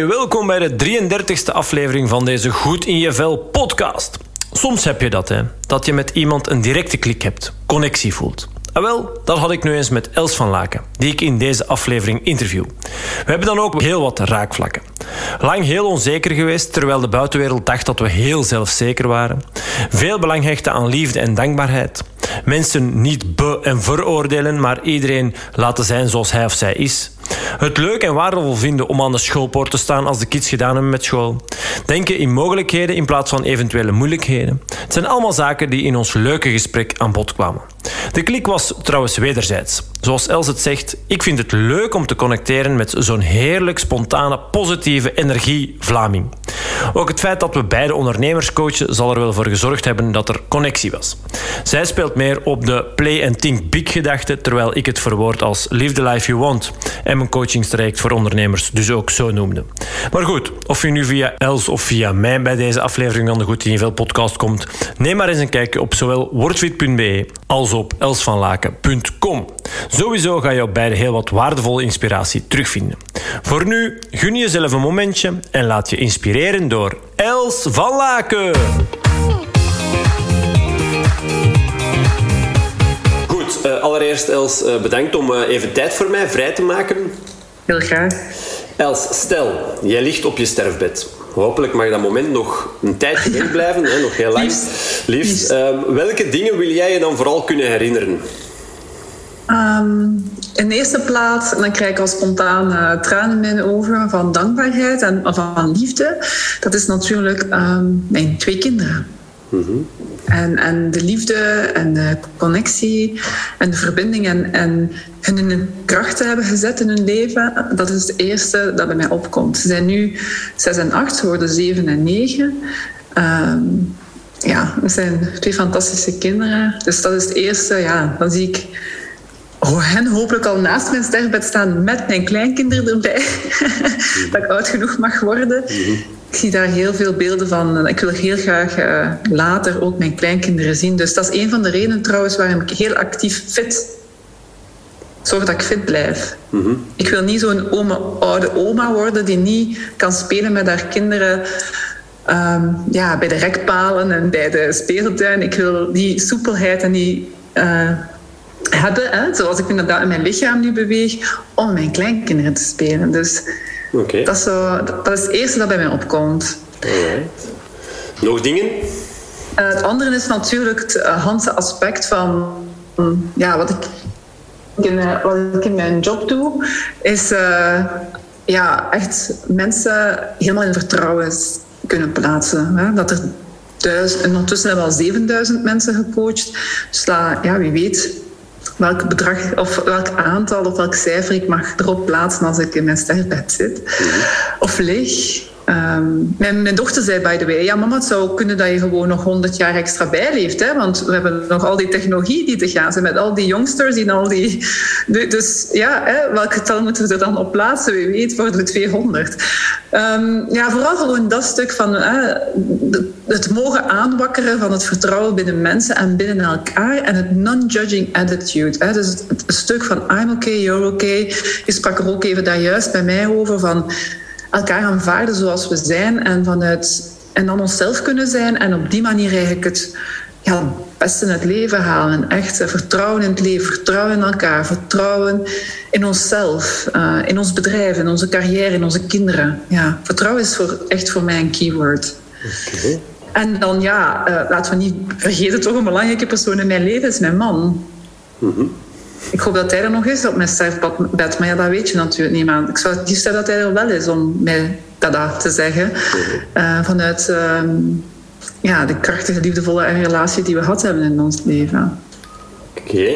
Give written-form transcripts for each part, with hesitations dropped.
welkom bij de 33e aflevering van deze Goed in je Vel podcast. Soms heb je dat, dat je met iemand een directe klik hebt, connectie voelt. Wel, dat had ik nu eens met Els van Laken, die ik in deze aflevering interview. We hebben dan ook heel wat raakvlakken. Lang heel onzeker geweest, terwijl de buitenwereld dacht dat we heel zelfzeker waren. Veel belang hechten aan liefde en dankbaarheid. Mensen niet en veroordelen, maar iedereen laten zijn zoals hij of zij is. Het leuk en waardevol vinden om aan de schoolpoort te staan als de kids gedaan hebben met school. Denken in mogelijkheden in plaats van eventuele moeilijkheden. Het zijn allemaal zaken die in ons leuke gesprek aan bod kwamen. De klik was trouwens wederzijds. Zoals Els het zegt, ik vind het leuk om te connecteren met zo'n heerlijk, spontane, positieve energie-Vlaming. Ook het feit dat we beide ondernemers coachen zal er wel voor gezorgd hebben dat er connectie was. Zij speelt meer op de play and think big gedachte, terwijl ik het verwoord als live the life you want en mijn coachingstraject voor ondernemers dus ook zo noemde. Maar goed, of je nu via Els of via mij bij deze aflevering van de Goed in je Vel podcast komt, neem maar eens een kijkje op zowel wordfit.be als op elsvanlaken.com. Sowieso ga je op beide heel wat waardevolle inspiratie terugvinden. Voor nu, gun jezelf een momentje en laat je inspireren door Els van Laken. Goed, allereerst Els, bedankt om even tijd voor mij vrij te maken. Heel graag. Els, stel, jij ligt op je sterfbed. Hopelijk mag dat moment nog een tijdje wegblijven, nog heel lang. Liefst. Welke dingen wil jij je dan vooral kunnen herinneren? In de eerste plaats, dan krijg ik al spontaan tranen in mijn ogen van dankbaarheid en van liefde. Dat is natuurlijk mijn 2 kinderen. Mm-hmm. En de liefde en de connectie en de verbinding en hun een kracht te hebben gezet in hun leven, dat is het eerste dat bij mij opkomt. Ze zijn nu 6 en 8, ze worden 7 en 9. Dat zijn 2 fantastische kinderen. Dus dat is het eerste, dan zie ik hen hopelijk al naast mijn sterfbed staan met mijn kleinkinderen erbij. Dat ik oud genoeg mag worden. Mm-hmm. Ik zie daar heel veel beelden van. Ik wil heel graag later ook mijn kleinkinderen zien. Dus dat is een van de redenen trouwens waarom ik heel actief zorg dat ik fit blijf. Mm-hmm. Ik wil niet zo'n oude oma worden die niet kan spelen met haar kinderen bij de rekpalen en bij de speeltuin. Ik wil die soepelheid en die hebben, zoals ik inderdaad in mijn lichaam nu beweeg, om mijn kleinkinderen te spelen. Dus dat is het eerste dat bij mij opkomt. Alright. Nog dingen? Het andere is natuurlijk het Hanse aspect van wat ik in mijn job doe, is echt mensen helemaal in vertrouwen kunnen plaatsen. Hè? Dat er ondertussen hebben we al 7000 mensen gecoacht. Dus wie weet welk bedrag of welk aantal of welk cijfer ik mag erop plaatsen als ik in mijn sterfbed zit. Mm-hmm. Of lig. Mijn dochter zei, by the way, mama, het zou kunnen dat je gewoon nog 100 jaar extra bijleeft. Hè? Want we hebben nog al die technologie die te gaan zijn met al die youngsters en al die... Dus welk getal moeten we er dan op plaatsen? Wie weet worden we 200. Vooral gewoon dat stuk van het mogen aanwakkeren van het vertrouwen binnen mensen en binnen elkaar en het non-judging attitude. Hè? Dus het stuk van I'm okay, you're okay. Je sprak er ook even daar juist bij mij over van elkaar aanvaarden zoals we zijn en dan onszelf kunnen zijn en op die manier eigenlijk het beste in het leven halen. En echt vertrouwen in het leven, vertrouwen in elkaar, vertrouwen in onszelf, in ons bedrijf, in onze carrière, in onze kinderen. Ja, vertrouwen is echt voor mij een keyword. Okay. En dan laten we niet vergeten, toch een belangrijke persoon in mijn leven is mijn man. Mm-hmm. Ik hoop dat hij er nog is op mijn sterfbed, maar dat weet je natuurlijk niet. Maar ik zou het liefst dat hij er wel is om mij dat te zeggen. Vanuit de krachtige, liefdevolle relatie die we gehad hebben in ons leven. Oké.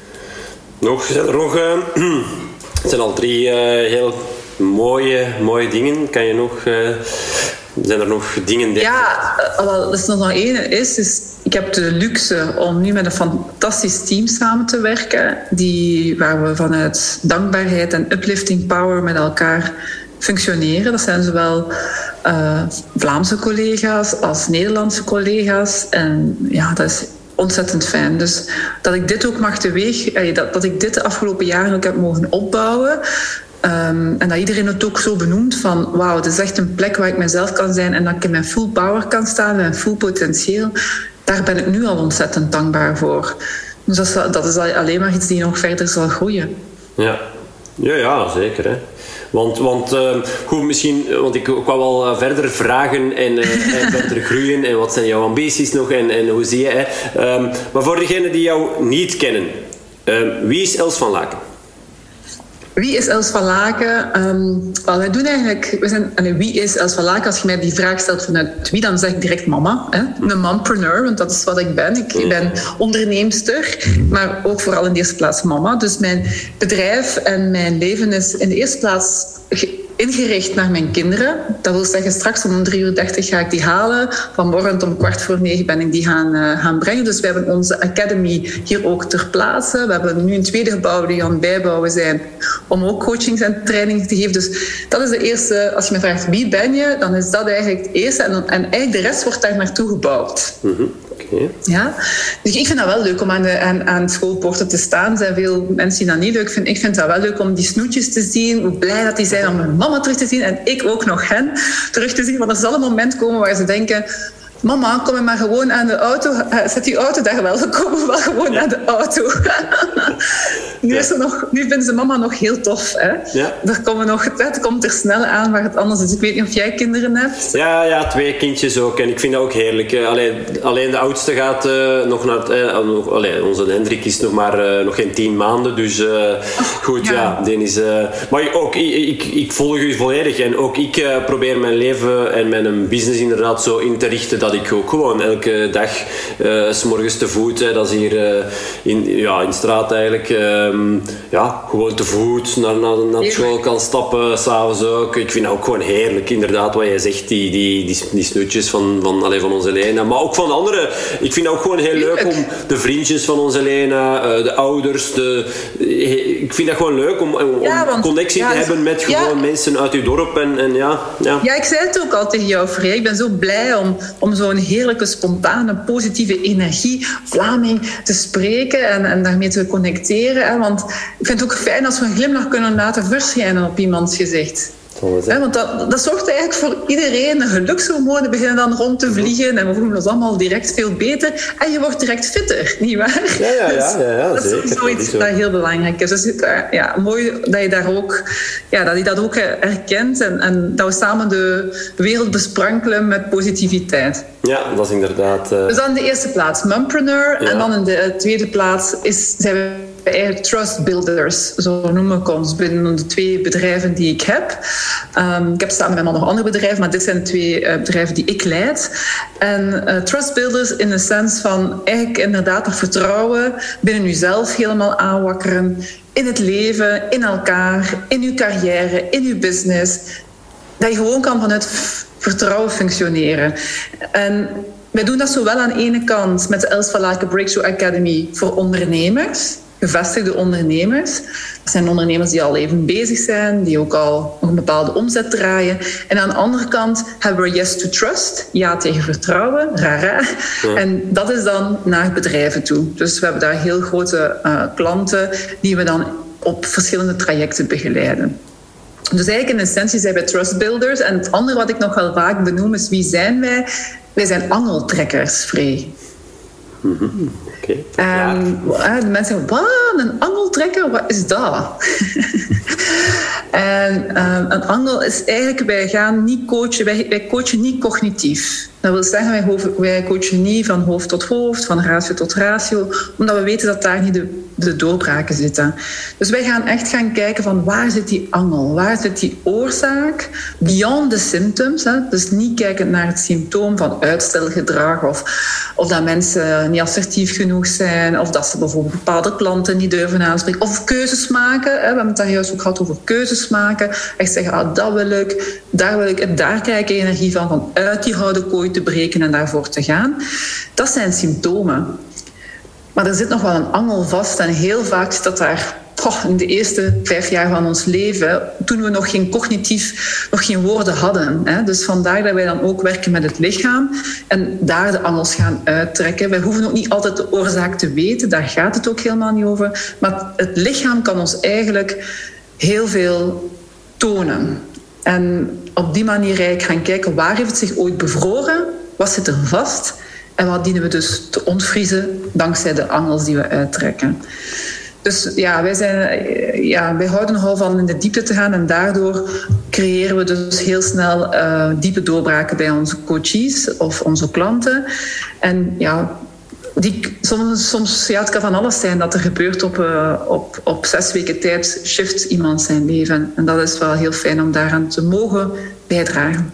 Het zijn al 3 heel mooie dingen. Kan je nog... Zijn er nog dingen... Dat is nog één. Ik heb de luxe om nu met een fantastisch team samen te werken. Waar we vanuit dankbaarheid en uplifting power met elkaar functioneren. Dat zijn zowel Vlaamse collega's als Nederlandse collega's. En dat is ontzettend fijn. Dus dat ik dit ook mag dat ik dit de afgelopen jaren ook heb mogen opbouwen. En dat iedereen het ook zo benoemt van wauw, het is echt een plek waar ik mezelf kan zijn en dat ik in mijn full power kan staan, mijn full potentieel. Daar ben ik nu al ontzettend dankbaar voor. Dus dat is alleen maar iets die nog verder zal groeien. Ja, zeker. Hè. Want goed, misschien, want ik wou wel verder vragen en verder groeien. En wat zijn jouw ambities nog en hoe zie je? Hè? Maar voor degenen die jou niet kennen, wie is Els van Laken? Wie is Els van Laken? Wij doen eigenlijk... wie is Els van Laken? Als je mij die vraag stelt vanuit wie, dan zeg ik direct mama. Hè? Een mompreneur, want dat is wat ik ben. Ik ben onderneemster, maar ook vooral in de eerste plaats mama. Dus mijn bedrijf en mijn leven is in de eerste plaats ingericht naar mijn kinderen. Dat wil zeggen, straks om 3:30 ga ik die halen. Vanmorgen om 9:15 ben ik die gaan brengen. Dus we hebben onze academy hier ook ter plaatse. We hebben nu een tweede gebouw die aan het bijbouwen zijn om ook coachings en trainingen te geven. Dus dat is de eerste. Als je me vraagt wie ben je, dan is dat eigenlijk het eerste. En eigenlijk de rest wordt daar naartoe gebouwd. Okay. Ja? Dus ik vind dat wel leuk om aan schoolpoorten te staan. Er zijn veel mensen die dat niet leuk vinden. Ik vind dat wel leuk om die snoetjes te zien. Hoe blij dat die zijn om hun mama terug te zien. En ik ook nog hen terug te zien. Want er zal een moment komen waar ze denken... Mama, kom maar gewoon aan de auto. Zet die auto daar wel. We komen wel gewoon naar de auto. Nu vinden ze mama nog heel tof. Hè? Ja. Het komt er snel aan waar het anders is. Ik weet niet of jij kinderen hebt. Ja, 2 kindjes ook. En ik vind dat ook heerlijk. Alleen de oudste gaat nog naar... onze Hendrik is nog geen 10 maanden. Dus goed, ja. Die is, maar ook, ik volg u volledig. En ook ik probeer mijn leven en mijn business inderdaad zo in te richten... dat ik ook gewoon elke dag 's morgens te voet, dat is hier in de straat eigenlijk, gewoon te voet naar school kan stappen, s'avonds ook. Ik vind dat ook gewoon heerlijk, inderdaad, wat jij zegt, die snoetjes van onze Lena, maar ook van anderen. Ik vind het ook gewoon heel leuk om de vriendjes van onze Lena, de ouders, ik vind dat gewoon leuk om connectie te hebben met gewoon mensen uit uw dorp en. Ja, ik zei het ook al tegen jou, Freya. Ik ben zo blij om zo'n heerlijke, spontane, positieve energie, Vlaming, te spreken en daarmee te connecteren. Hè? Want ik vind het ook fijn als we een glimlach kunnen laten verschijnen op iemands gezicht. Want dat zorgt eigenlijk voor iedereen. De gelukshormonen beginnen dan rond te vliegen en we voelen ons allemaal direct veel beter. En je wordt direct fitter, nietwaar? Ja, dat is zoiets dat heel belangrijk is. Dus mooi dat je dat ook erkent en dat we samen de wereld besprankelen met positiviteit. Ja, dat is inderdaad... Dus dan in de eerste plaats mompreneur en dan in de tweede plaats zijn we eigenlijk trust builders, zo noem ik ons, binnen de 2 bedrijven die ik heb. Ik heb samen met nog andere bedrijven, maar dit zijn de 2 bedrijven die ik leid. En trust builders in de sens van eigenlijk inderdaad dat vertrouwen binnen jezelf helemaal aanwakkeren, in het leven, in elkaar, in je carrière, in je business. Dat je gewoon kan vanuit vertrouwen functioneren. En wij doen dat zowel aan de ene kant met de Els van Laken Breakthrough Academy voor ondernemers, gevestigde ondernemers. Dat zijn ondernemers die al even bezig zijn, die ook al nog een bepaalde omzet draaien. En aan de andere kant hebben we Yes to Trust, ja tegen vertrouwen, rara. Ja. En dat is dan naar bedrijven toe. Dus we hebben daar heel grote klanten die we dan op verschillende trajecten begeleiden. Dus eigenlijk in essentie zijn wij trustbuilders. En het andere wat ik nog wel vaak benoem is wie zijn wij? Wij zijn angeltrekkers, Free. Okay, de mensen zeggen, wat, een angeltrekker, wat is dat? En een angel is eigenlijk, wij gaan niet coachen, wij coachen niet cognitief. Dat wil zeggen, wij coachen niet van hoofd tot hoofd, van ratio tot ratio, omdat we weten dat daar niet de doorbraken zitten. Dus wij gaan echt gaan kijken van waar zit die angel, waar zit die oorzaak, beyond the symptoms. Hè? Dus niet kijken naar het symptoom van uitstelgedrag of dat mensen niet assertief genoeg zijn, of dat ze bijvoorbeeld bepaalde klanten niet durven aanspreken, of keuzes maken. Hè? We hebben het daar juist ook gehad over keuzes maken. Echt zeggen, dat wil ik, daar wil ik, en daar krijg ik energie van uit die gouden kooi te breken en daarvoor te gaan. Dat zijn symptomen. Maar er zit nog wel een angel vast en heel vaak zit dat daar in de eerste 5 jaar van ons leven, toen we nog geen woorden hadden. Hè. Dus vandaar dat wij dan ook werken met het lichaam en daar de angels gaan uittrekken. Wij hoeven ook niet altijd de oorzaak te weten, daar gaat het ook helemaal niet over. Maar het lichaam kan ons eigenlijk heel veel tonen. En op die manier eigenlijk gaan kijken, waar heeft het zich ooit bevroren? Wat zit er vast? En wat dienen we dus te ontvriezen dankzij de angels die we uittrekken. Dus ja, wij houden nogal van in de diepte te gaan en daardoor creëren we dus heel snel diepe doorbraken bij onze coaches of onze klanten. En ja, soms het kan van alles zijn dat er gebeurt op 6 weken tijd, shift iemand zijn leven. En dat is wel heel fijn om daaraan te mogen bijdragen.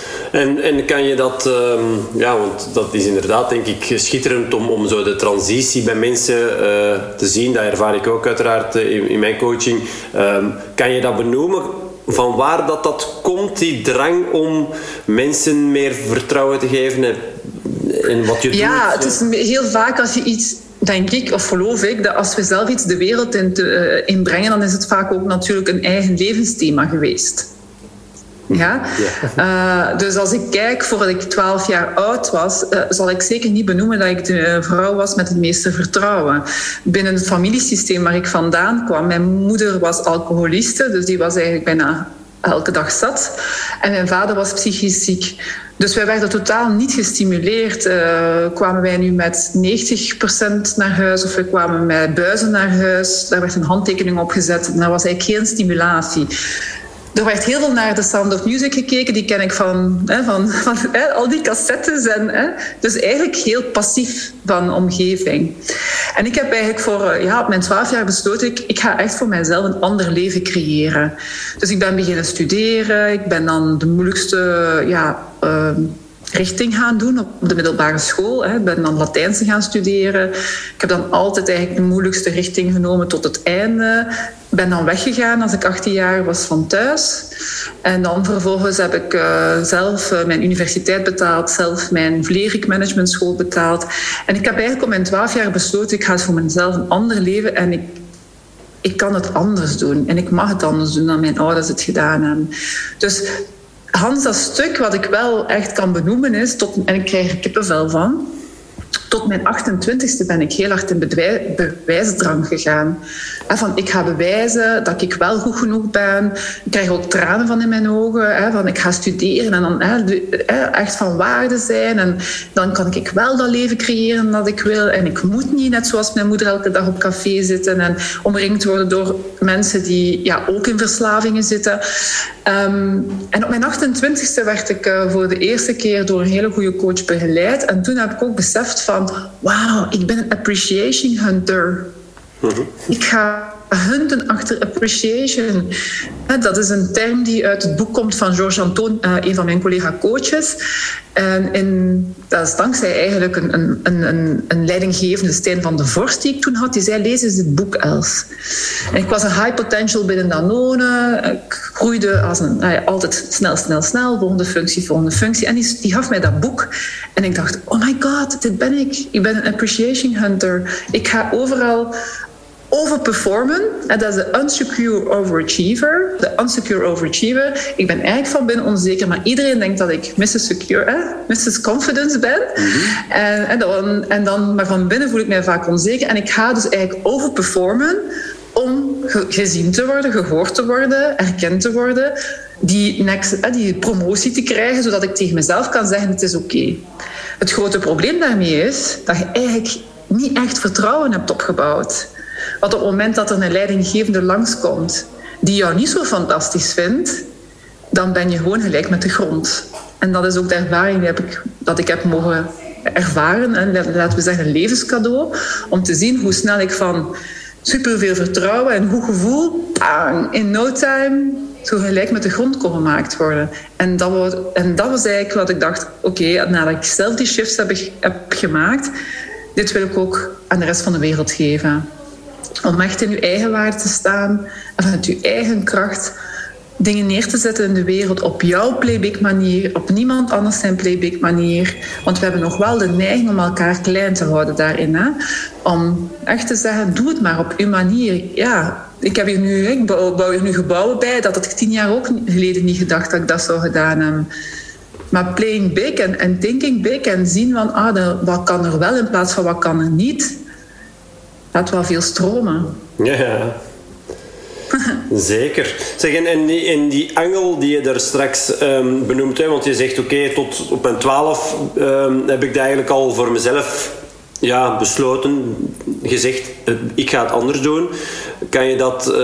En kan je dat, want dat is inderdaad denk ik schitterend om zo de transitie bij mensen te zien. Dat ervaar ik ook uiteraard in mijn coaching. Kan je dat benoemen? Van waar dat komt, die drang om mensen meer vertrouwen te geven en wat je doet? Ja, het is heel vaak als je iets, denk ik, of geloof ik, dat als we zelf iets de wereld inbrengen, dan is het vaak ook natuurlijk een eigen levensthema geweest. Ja? Dus als ik kijk, voordat ik 12 jaar oud was, zal ik zeker niet benoemen dat ik de vrouw was met het meeste vertrouwen. Binnen het familiesysteem waar ik vandaan kwam, mijn moeder was alcoholiste, dus die was eigenlijk bijna elke dag zat. En mijn vader was psychisch ziek. Dus wij werden totaal niet gestimuleerd. Kwamen wij nu met 90% naar huis of we kwamen met buizen naar huis. Daar werd een handtekening op gezet en daar was eigenlijk geen stimulatie. Er werd heel veel naar The Sound of Music gekeken. Die ken ik van al die cassettes. Dus eigenlijk heel passief van omgeving. En ik heb eigenlijk op mijn 12 jaar besloten, ik ga echt voor mijzelf een ander leven creëren. Dus ik ben beginnen studeren. Ik ben dan de moeilijkste richting gaan doen op de middelbare school. Ik ben dan Latijnse gaan studeren. Ik heb dan altijd eigenlijk de moeilijkste richting genomen tot het einde. Ik ben dan weggegaan als ik 18 jaar was van thuis. En dan vervolgens heb ik zelf mijn universiteit betaald, zelf mijn Vlerik managementschool betaald. En ik heb eigenlijk op mijn 12 jaar besloten, ik ga voor mezelf een ander leven en ik kan het anders doen. En ik mag het anders doen dan mijn ouders het gedaan hebben. Dus Hans, dat stuk wat ik wel echt kan benoemen is, en ik krijg er kippenvel van, tot mijn 28e ben ik heel hard in bewijsdrang gegaan. Van ik ga bewijzen dat ik wel goed genoeg ben. Ik krijg ook tranen van in mijn ogen. Van ik ga studeren en dan echt van waarde zijn. En dan kan ik wel dat leven creëren dat ik wil. En ik moet niet, net zoals mijn moeder, elke dag op café zitten en omringd worden door mensen die ook in verslavingen zitten. En op mijn 28e werd ik voor de eerste keer door een hele goede coach begeleid. En toen heb ik ook beseft van, wauw, ik ben een appreciation hunter. Ik ga hunten achter appreciation. Dat is een term die uit het boek komt van Georges Anton, een van mijn collega-coaches. En dat is dankzij eigenlijk een leidinggevende, Stijn van de Vorst, die ik toen had. Die zei, lees eens dit boek, Els. En ik was een high potential binnen Danone. Ik groeide altijd snel. Volgende functie. En die gaf mij dat boek. En ik dacht, oh my god, dit ben ik. Ik ben een appreciation hunter. Ik ga overal overperformen. En dat is de unsecure overachiever. De unsecure overachiever. Ik ben eigenlijk van binnen onzeker, maar iedereen denkt dat ik Mrs. Secure, Mrs. Confidence ben. Maar van binnen voel ik mij vaak onzeker. En ik ga dus eigenlijk overperformen om gezien te worden, gehoord te worden, erkend te worden, die promotie te krijgen, zodat ik tegen mezelf kan zeggen, het is oké. Het grote probleem daarmee is dat je eigenlijk niet echt vertrouwen hebt opgebouwd. Want op het moment dat er een leidinggevende langskomt die jou niet zo fantastisch vindt, dan ben je gewoon gelijk met de grond. En dat is ook de ervaring dat ik heb mogen ervaren. En laten we zeggen een levenscadeau. Om te zien hoe snel ik van superveel vertrouwen en goed gevoel in no time zo gelijk met de grond kon gemaakt worden. En dat was eigenlijk wat ik dacht, oké, nadat ik zelf die shifts heb gemaakt, dit wil ik ook aan de rest van de wereld geven. Om echt in uw eigen waarde te staan en vanuit uw eigen kracht dingen neer te zetten in de wereld op jouw playback manier, op niemand anders zijn playback manier. Want we hebben nog wel de neiging om elkaar klein te houden daarin. Hè? Om echt te zeggen, doe het maar op uw manier. Ja, ik bouw hier nu gebouwen bij dat ik 10 jaar ook geleden niet gedacht dat ik dat zou gedaan hebben. Maar playing big en thinking big en zien van wat kan er wel in plaats van wat kan er niet, laat wel veel stromen. Ja. Zeker. Zeg, en die angel die je daar straks benoemt, hè, want je zegt oké, tot op mijn 12 heb ik dat eigenlijk al voor mezelf besloten, gezegd, ik ga het anders doen. Kan je dat,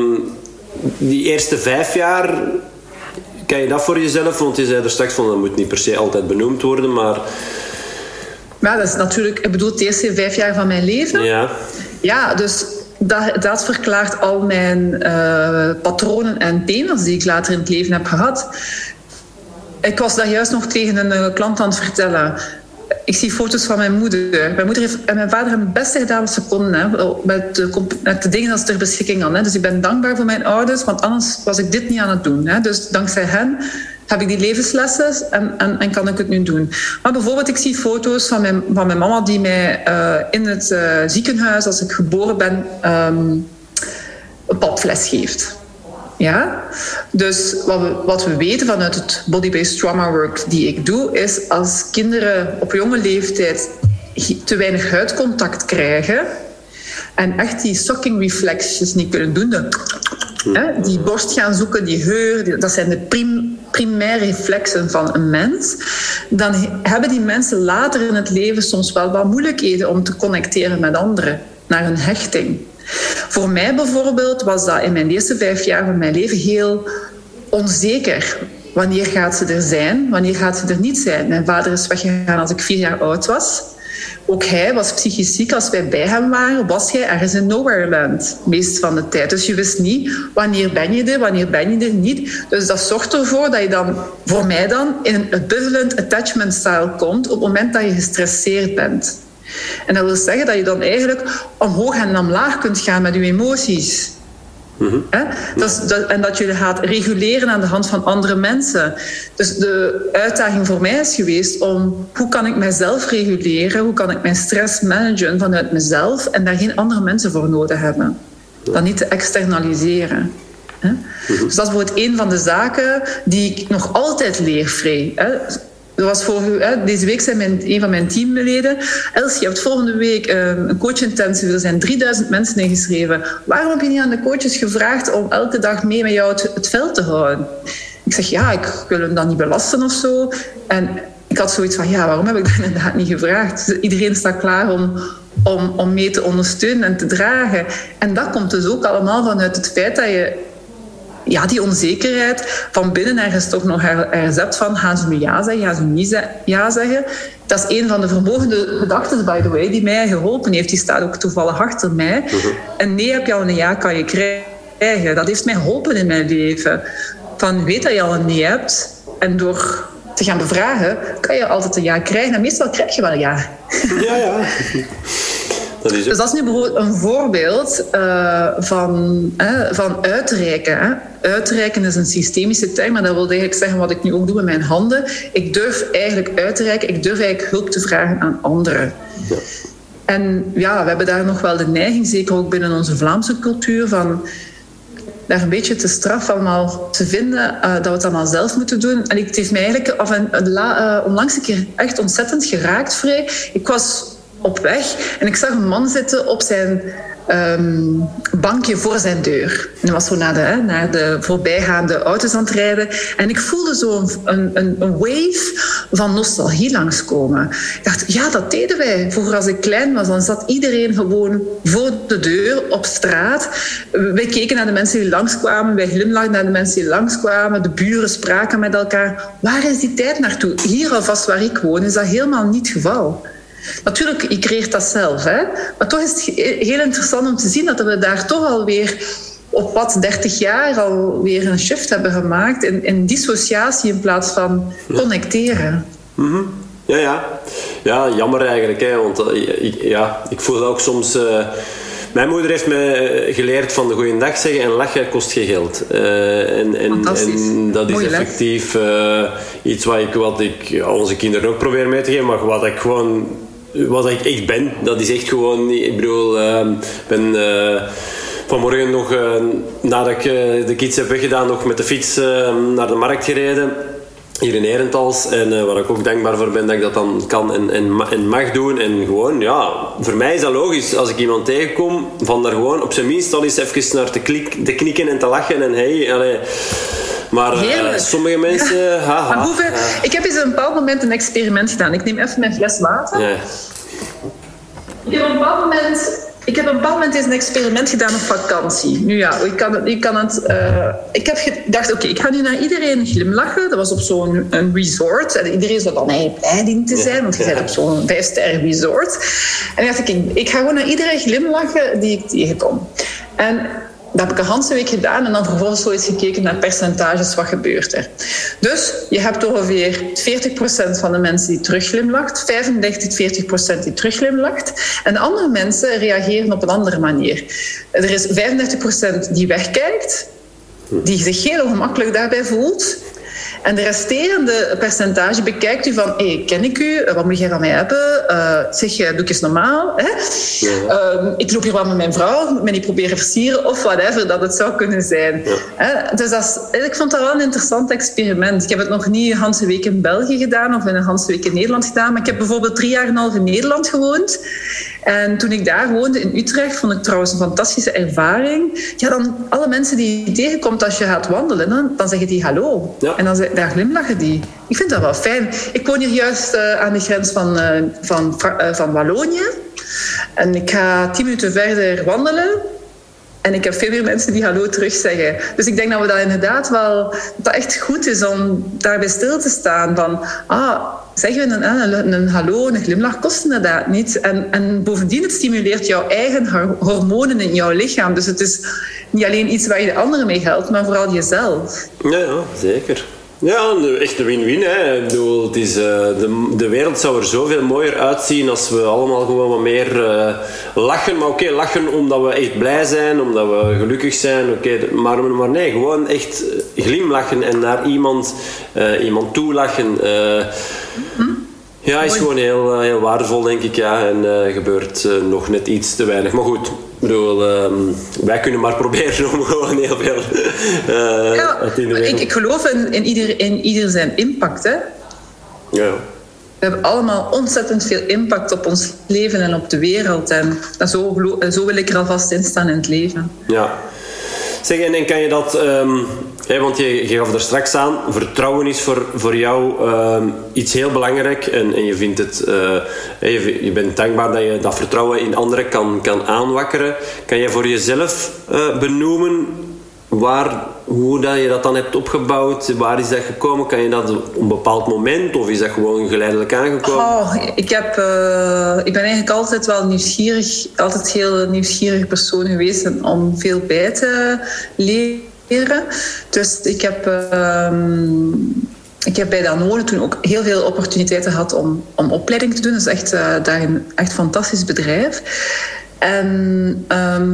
die eerste 5 jaar, kan je dat voor jezelf, want je zei er straks van, dat moet niet per se altijd benoemd worden, maar... Ja, dat is natuurlijk, ik bedoel, het eerste 5 jaar van mijn leven. Ja, dus dat verklaart al mijn patronen en thema's die ik later in het leven heb gehad. Ik was daar juist nog tegen een klant aan het vertellen. Ik zie foto's van mijn moeder. Mijn moeder en mijn vader hebben het beste gedaan wat ze konden. Hè, met de dingen dat ze ter beschikking hadden. Hè. Dus ik ben dankbaar voor mijn ouders, want anders was ik dit niet aan het doen. Hè. Dus dankzij hen heb ik die levenslessen en kan ik het nu doen. Maar bijvoorbeeld, ik zie foto's van mijn mama die mij in het ziekenhuis, als ik geboren ben, een papfles geeft. Ja? Dus wat we weten vanuit het body-based trauma work die ik doe, is als kinderen op jonge leeftijd te weinig huidcontact krijgen en echt die sucking reflexes niet kunnen doen, die borst gaan zoeken, die geur, dat zijn de primaire reflexen van een mens, dan hebben die mensen later in het leven soms wel wat moeilijkheden om te connecteren met anderen, naar een hechting. Voor mij bijvoorbeeld was dat in mijn eerste 5 jaar van mijn leven heel onzeker. Wanneer gaat ze er zijn? Wanneer gaat ze er niet zijn? Mijn vader is weggegaan als ik 4 jaar oud was. Ook hij was psychisch ziek. Als wij bij hem waren, was hij ergens in Nowhere Land. Meest van de tijd. Dus je wist niet, wanneer ben je er, wanneer ben je er niet. Dus dat zorgt ervoor dat je dan, voor mij dan, in een ambivalent attachment style komt op het moment dat je gestresseerd bent. En dat wil zeggen dat je dan eigenlijk omhoog en omlaag kunt gaan met je emoties. Mm-hmm. En dat je je gaat reguleren aan de hand van andere mensen. Dus de uitdaging voor mij is geweest om hoe kan ik mijzelf reguleren, hoe kan ik mijn stress managen vanuit mezelf en daar geen andere mensen voor nodig hebben. Dan niet te externaliseren. Mm-hmm. Dus dat is bijvoorbeeld een van de zaken die ik nog altijd leer, Frey. Deze week zijn een van mijn teamleden. Els, je hebt volgende week een coach-intensive. Er zijn 3000 mensen ingeschreven. Waarom heb je niet aan de coaches gevraagd om elke dag mee met jou het veld te houden? Ik zeg, ik wil hem dan niet belasten of zo. En ik had zoiets van, waarom heb ik dat inderdaad niet gevraagd? Dus iedereen staat klaar om mee te ondersteunen en te dragen. En dat komt dus ook allemaal vanuit het feit dat je... die onzekerheid van binnen ergens toch nog herzept van gaan ze nu ja zeggen, gaan ze nu niet ja zeggen. Dat is een van de vermogende gedachten, by the way, die mij geholpen heeft. Die staat ook toevallig achter mij. En nee heb je al een ja, kan je krijgen. Dat heeft mij geholpen in mijn leven. Van weet dat je al een nee hebt en door te gaan bevragen kan je altijd een ja krijgen. En meestal krijg je wel een ja. Ja. Dus dat is nu bijvoorbeeld een voorbeeld van uitreiken. Hè. Uitreiken is een systemische term, maar dat wil eigenlijk zeggen wat ik nu ook doe met mijn handen. Ik durf eigenlijk uit te reiken, ik durf eigenlijk hulp te vragen aan anderen. Ja. En we hebben daar nog wel de neiging, zeker ook binnen onze Vlaamse cultuur, van daar een beetje te straf allemaal te vinden, dat we het allemaal zelf moeten doen. En het heeft mij eigenlijk onlangs een keer echt ontzettend geraakt, Frey. Ik was op weg en ik zag een man zitten op zijn bankje voor zijn deur. En hij was zo naar de voorbijgaande auto's aan het rijden. En ik voelde zo een wave van nostalgie langskomen. Ik dacht, dat deden wij. Vroeger als ik klein was, dan zat iedereen gewoon voor de deur op straat. Wij keken naar de mensen die langskwamen. Wij glimlachten naar de mensen die langskwamen. De buren spraken met elkaar. Waar is die tijd naartoe? Hier alvast waar ik woon is dat helemaal niet het geval. Natuurlijk, je creëert dat zelf. Hè? Maar toch is het heel interessant om te zien dat we daar toch alweer op 30 jaar alweer een shift hebben gemaakt in dissociatie in plaats van connecteren. Mm-hmm. Ja, jammer eigenlijk. Hè? Want ik voel ook soms... Mijn moeder heeft me geleerd van de goeiedag zeggen en lachen kost geen geld. En dat is effectief iets wat ik onze kinderen ook probeer mee te geven, maar wat ik echt ben, dat is echt gewoon... Ik bedoel, ben vanmorgen nog, nadat ik de kids heb weggedaan, nog met de fiets naar de markt gereden. hier in Herentals. En waar ik ook dankbaar voor ben dat ik dat dan kan en mag doen. En gewoon, ja, voor mij is dat logisch. Als ik iemand tegenkom, van daar gewoon op zijn minst al eens even naar te knikken en te lachen. En hey, allee. Maar sommige mensen... Maar ik heb eens op een bepaald moment een experiment gedaan. Ik neem even mijn fles water. Ja. Ik heb op een bepaald moment eens een experiment gedaan op vakantie. Nu ja, ik heb gedacht, oké, ik ga nu naar iedereen glimlachen. Dat was op zo'n resort. En iedereen zou dan blij dienen te zijn, want je bent op zo'n 5-ster resort. En dan dacht ik ga gewoon naar iedereen glimlachen die ik tegenkom. En dat heb ik een hele week gedaan en dan vervolgens zo eens gekeken naar percentages, wat gebeurt er. Dus je hebt ongeveer 40% van de mensen die terugglimlacht, 35-40% die terugglimlacht. En andere mensen reageren op een andere manier. Er is 35% die wegkijkt, die zich heel ongemakkelijk daarbij voelt. En de resterende percentage bekijkt u van... ken ik u? Wat moet jij van mij hebben? Zeg, doe ik eens normaal. Hè? Ja. Ik loop hier wel met mijn vrouw. Me niet proberen versieren. Of whatever dat het zou kunnen zijn. Ja. Dus ik vond dat wel een interessant experiment. Ik heb het nog niet een hele week in België gedaan. Of een hele week in Nederland gedaan. Maar ik heb bijvoorbeeld 3,5 jaar in Nederland gewoond. En toen ik daar woonde in Utrecht... vond ik trouwens een fantastische ervaring. Ja, dan alle mensen die je tegenkomt als je gaat wandelen... dan zeggen die hallo. Ja. En dan daar glimlachen die. Ik vind dat wel fijn. Ik woon hier juist aan de grens van Wallonië. En ik ga 10 minuten verder wandelen. En ik heb veel meer mensen die hallo terugzeggen. Dus ik denk dat we dat inderdaad wel... dat echt goed is om daarbij stil te staan. Van, zeggen we een hallo, een glimlach kost inderdaad niet. En bovendien, het stimuleert jouw eigen hormonen in jouw lichaam. Dus het is niet alleen iets waar je de anderen mee helpt, maar vooral jezelf. Ja, zeker. Ja, echt een win-win. Hè. Ik bedoel, het is, de wereld zou er zoveel mooier uitzien als we allemaal gewoon wat meer lachen. Maar oké, lachen omdat we echt blij zijn, omdat we gelukkig zijn. Maar nee, gewoon echt glimlachen en naar iemand toe lachen. Ja, is gewoon heel waardevol, denk ik. Ja. En gebeurt nog net iets te weinig. Maar goed, ik bedoel, wij kunnen maar proberen om gewoon heel veel uit in de wereld. Ik geloof in ieder zijn impact. Hè? Ja. We hebben allemaal ontzettend veel impact op ons leven en op de wereld. En zo wil ik er alvast in staan in het leven. Ja. Zeg, en kan je dat... want je gaf er straks aan, vertrouwen is voor jou iets heel belangrijk. En je vindt het... je bent dankbaar dat je dat vertrouwen in anderen kan aanwakkeren. Kan je voor jezelf benoemen hoe dat je dat dan hebt opgebouwd? Waar is dat gekomen? Kan je dat op een bepaald moment? Of is dat gewoon geleidelijk aangekomen? Ik ben eigenlijk altijd wel nieuwsgierig. Altijd heel nieuwsgierig persoon geweest om veel bij te leren. Dus ik heb bij Danone toen ook heel veel opportuniteiten gehad om opleiding te doen. Dat is echt een fantastisch bedrijf. En...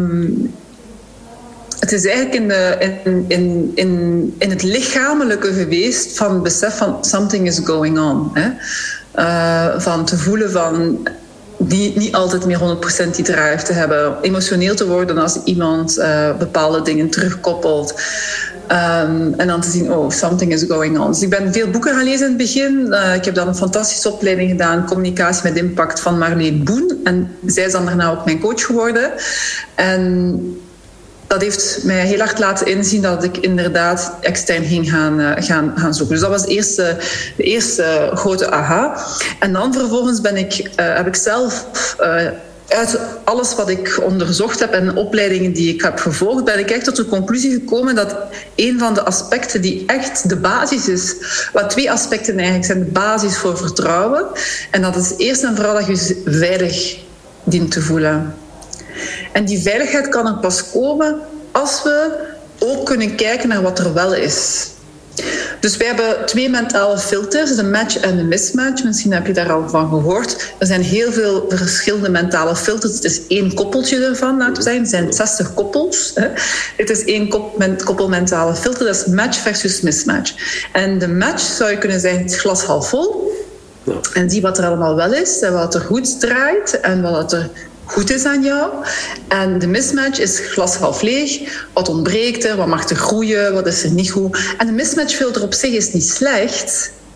het is eigenlijk in het lichamelijke geweest van het besef van something is going on. Hè? Van te voelen van niet altijd meer 100% die drive te hebben. Emotioneel te worden als iemand bepaalde dingen terugkoppelt. En dan te zien, something is going on. Dus ik ben veel boeken gaan lezen in het begin. Ik heb dan een fantastische opleiding gedaan, Communicatie met Impact van Marleen Boen. En zij is dan daarna ook mijn coach geworden. En dat heeft mij heel hard laten inzien dat ik inderdaad extern ging gaan zoeken. Dus dat was de eerste grote aha. En dan vervolgens heb ik zelf... uit alles wat ik onderzocht heb en opleidingen die ik heb gevolgd, ben ik echt tot de conclusie gekomen dat een van de aspecten die echt de basis is, wat 2 aspecten eigenlijk zijn de basis voor vertrouwen. En dat is eerst en vooral dat je je veilig dient te voelen. En die veiligheid kan er pas komen als we ook kunnen kijken naar wat er wel is. Dus wij hebben 2 mentale filters, de match en de mismatch. Misschien heb je daar al van gehoord. Er zijn heel veel verschillende mentale filters. Het is 1 koppeltje ervan, laten we zeggen. Het zijn 60 koppels. Het is 1 koppel mentale filter. Dat is match versus mismatch. En de match zou je kunnen zeggen, het glas half vol. Ja. En zie wat er allemaal wel is en wat er goed draait en wat er goed is aan jou. En de mismatch is glas half leeg. Wat ontbreekt er? Wat mag er groeien? Wat is er niet goed? En de mismatch filter op zich is niet slecht.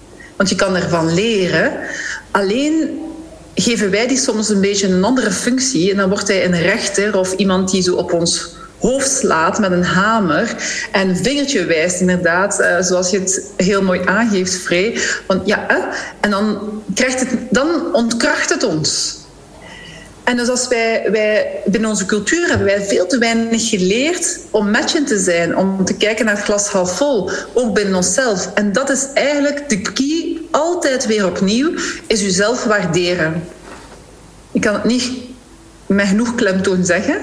want je kan ervan leren. Alleen geven wij die soms een beetje een andere functie en dan wordt hij een rechter of iemand die zo op ons hoofd slaat met een hamer en een vingertje wijst, inderdaad, zoals je het heel mooi aangeeft, Frey. Want en dan ontkracht het ons. En dus als wij binnen onze cultuur hebben wij veel te weinig geleerd om matchend te zijn, om te kijken naar het glas half vol, ook binnen onszelf. En dat is eigenlijk de key, altijd weer opnieuw, is jezelf waarderen. Ik kan het niet met genoeg klemtoon zeggen.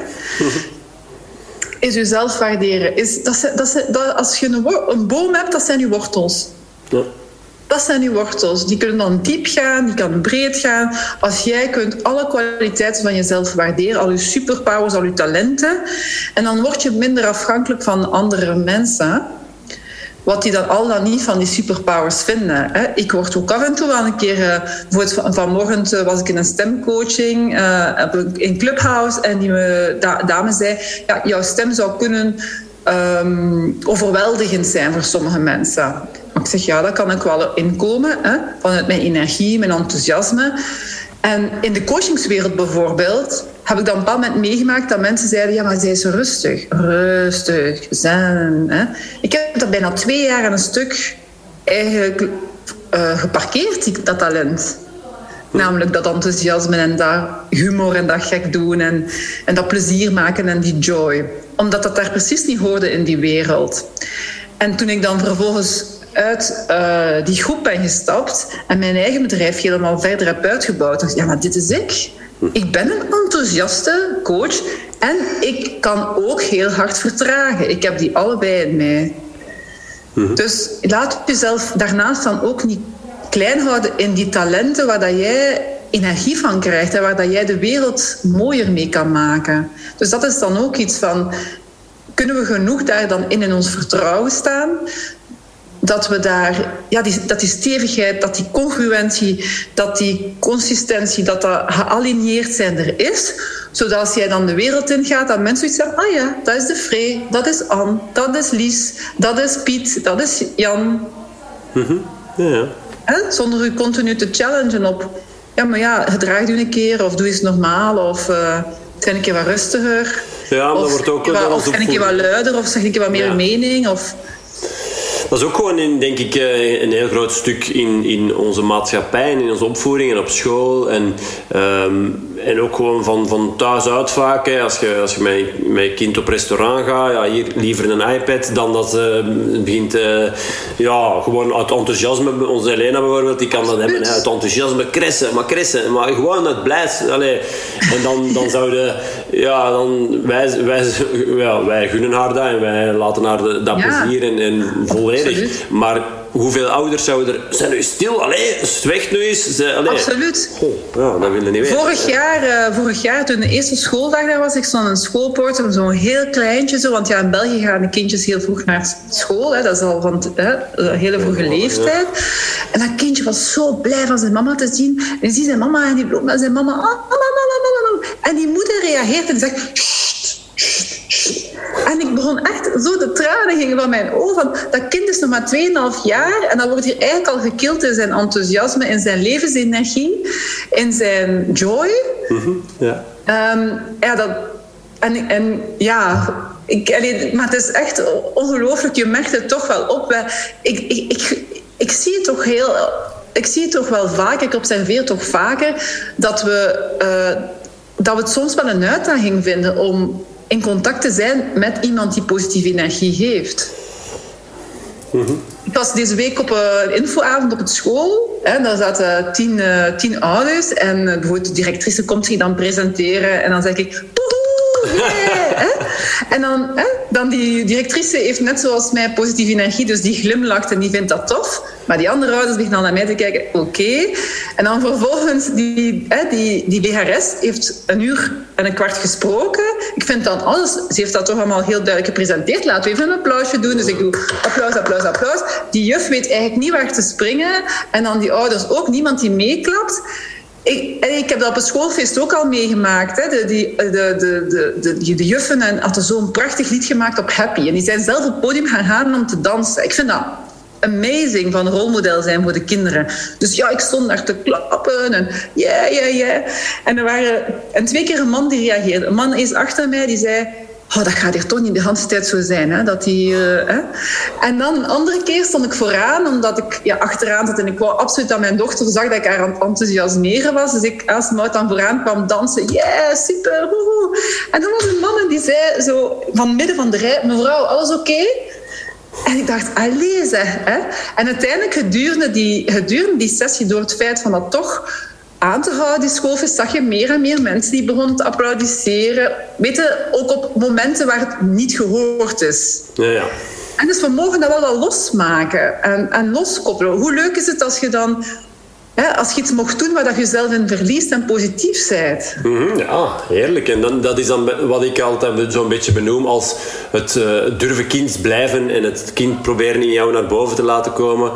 Is jezelf waarderen. Als je een boom hebt, dat zijn je wortels. Ja. Dat zijn die wortels. Die kunnen dan diep gaan, die kunnen breed gaan. Als jij kunt alle kwaliteiten van jezelf waarderen, al je superpowers, al je talenten, en dan word je minder afhankelijk van andere mensen, wat die dan al dan niet van die superpowers vinden. Ik word ook af en toe wel een keer... Bijvoorbeeld vanmorgen was ik in een stemcoaching in Clubhouse en die dame zei, ja, jouw stem zou kunnen overweldigend zijn voor sommige mensen. Ik zeg, ja, dat kan ik wel inkomen, vanuit mijn energie, mijn enthousiasme. En in de coachingswereld bijvoorbeeld heb ik dan op een bepaald moment meegemaakt dat mensen zeiden, ja, maar zij is rustig, zen. Ik heb dat bijna 2 jaar aan een stuk eigenlijk geparkeerd, dat talent. Namelijk dat enthousiasme en dat humor en dat gek doen en dat plezier maken en die joy. Omdat dat daar precies niet hoorde in die wereld. En toen ik dan vervolgens uit die groep ben gestapt en mijn eigen bedrijf helemaal verder heb uitgebouwd, dacht ik, ja, maar dit is ik. Ik ben een enthousiaste coach en ik kan ook heel hard vertragen. Ik heb die allebei in mij. Dus laat jezelf daarnaast dan ook niet klein houden in die talenten waar dat jij energie van krijgt en waar dat jij de wereld mooier mee kan maken. Dus dat is dan ook iets van, kunnen we genoeg daar dan in ons vertrouwen staan, dat we daar, ja, dat die stevigheid, dat die congruentie, dat die consistentie, dat gealigneerd zijn er is, zodat als jij dan de wereld ingaat, dat mensen zoiets zeggen, ah ja, dat is de Frey, dat is Anne, dat is Lies, dat is Piet, dat is Jan. Ja. Zonder u continu te challengen op, ja, maar ja, gedraag u een keer, of doe eens normaal, of zijn een keer wat rustiger. Ja, maar dat wordt ook of zijn een keer wat luider, of zeg een keer wat meer mening, of... Dat is ook gewoon, denk ik, een heel groot stuk in onze maatschappij en in onze opvoeding en op school. En ook gewoon van thuis uit vaak. Hè. Als je met je kind op restaurant gaat, ja, hier liever een iPad dan dat het begint... gewoon uit enthousiasme. Onze Elena bijvoorbeeld, die kan dat hebben. Uit enthousiasme kressen. Maar gewoon uit blijdschap. En dan zouden... Ja, dan wij gunnen haar dat en wij laten haar dat plezier en volledig. Absoluut. Maar hoeveel ouders zouden er... Zijn nu stil? Weg nu eens. Absoluut. Ja, dat willen niet weten. Vorig jaar, toen de eerste schooldag daar was, ik stond in een schoolpoort, zo'n heel kleintje zo, want ja, in België gaan de kindjes heel vroeg naar school. Dat is al van een hele vroege leeftijd. En dat kindje was zo blij van zijn mama te zien. En die ziet zijn mama en die loopt naar zijn mama. Mama. En die moeder reageert en zegt... En ik begon echt zo, de tranen gingen van mijn ogen. Dat kind is nog maar 2,5 jaar en dan wordt hier eigenlijk al gekild in zijn enthousiasme, in zijn levensenergie, in zijn joy. Maar het is echt ongelooflijk. Je merkt het toch wel op. Ik zie het toch heel... Ik zie het toch wel vaker, ik observeer toch vaker dat we het soms wel een uitdaging vinden om in contact te zijn met iemand die positieve energie geeft. Ik was deze week op een infoavond op het school. Daar zaten 10 ouders en bijvoorbeeld de directrice komt zich dan presenteren en dan zeg ik... En dan die directrice heeft net zoals mij positieve energie, dus die glimlacht en die vindt dat tof. Maar die andere ouders beginnen dan naar mij te kijken, oké. En dan vervolgens, die BHRS heeft 1 uur en een kwart gesproken. Ik vind dan alles, ze heeft dat toch allemaal heel duidelijk gepresenteerd. Laten we even een applausje doen. Dus ik doe applaus. Die juf weet eigenlijk niet waar te springen. En dan die ouders ook, niemand die meeklapt. Ik heb dat op het schoolfeest ook al meegemaakt. Hè. De juffen hadden zo'n prachtig lied gemaakt op Happy. En die zijn zelf op het podium gaan halen om te dansen. Ik vind dat amazing van rolmodel zijn voor de kinderen. Dus ja, ik stond daar te klappen en yeah. En 2 keer een man die reageerde. Een man is achter mij, die zei... Oh, dat gaat hier toch niet de hele tijd zo zijn. Hè? Dat die, hè? En dan een andere keer stond ik vooraan, omdat ik achteraan zat. En ik wou absoluut dat mijn dochter zag dat ik haar aan het enthousiasmeren was. Dus ik, als Maud dan vooraan kwam dansen, yeah, super, woehoe. En toen was een man en die zei zo van midden van de rij, mevrouw, alles oké? En ik dacht, allee zeg. Hè? En uiteindelijk gedurende die sessie, door het feit van dat toch aan te houden, die schoolfeest, zag je meer en meer mensen die begonnen te applaudisseren. Weet je, ook op momenten waar het niet gehoord is. Ja. En dus we mogen dat wel losmaken en loskoppelen. Hoe leuk is het als je dan... als je iets mocht doen waar je jezelf in verliest en positief bent. Ja, heerlijk. En dat is dan wat ik altijd zo'n beetje benoem als het durven kind blijven en het kind proberen in jou naar boven te laten komen.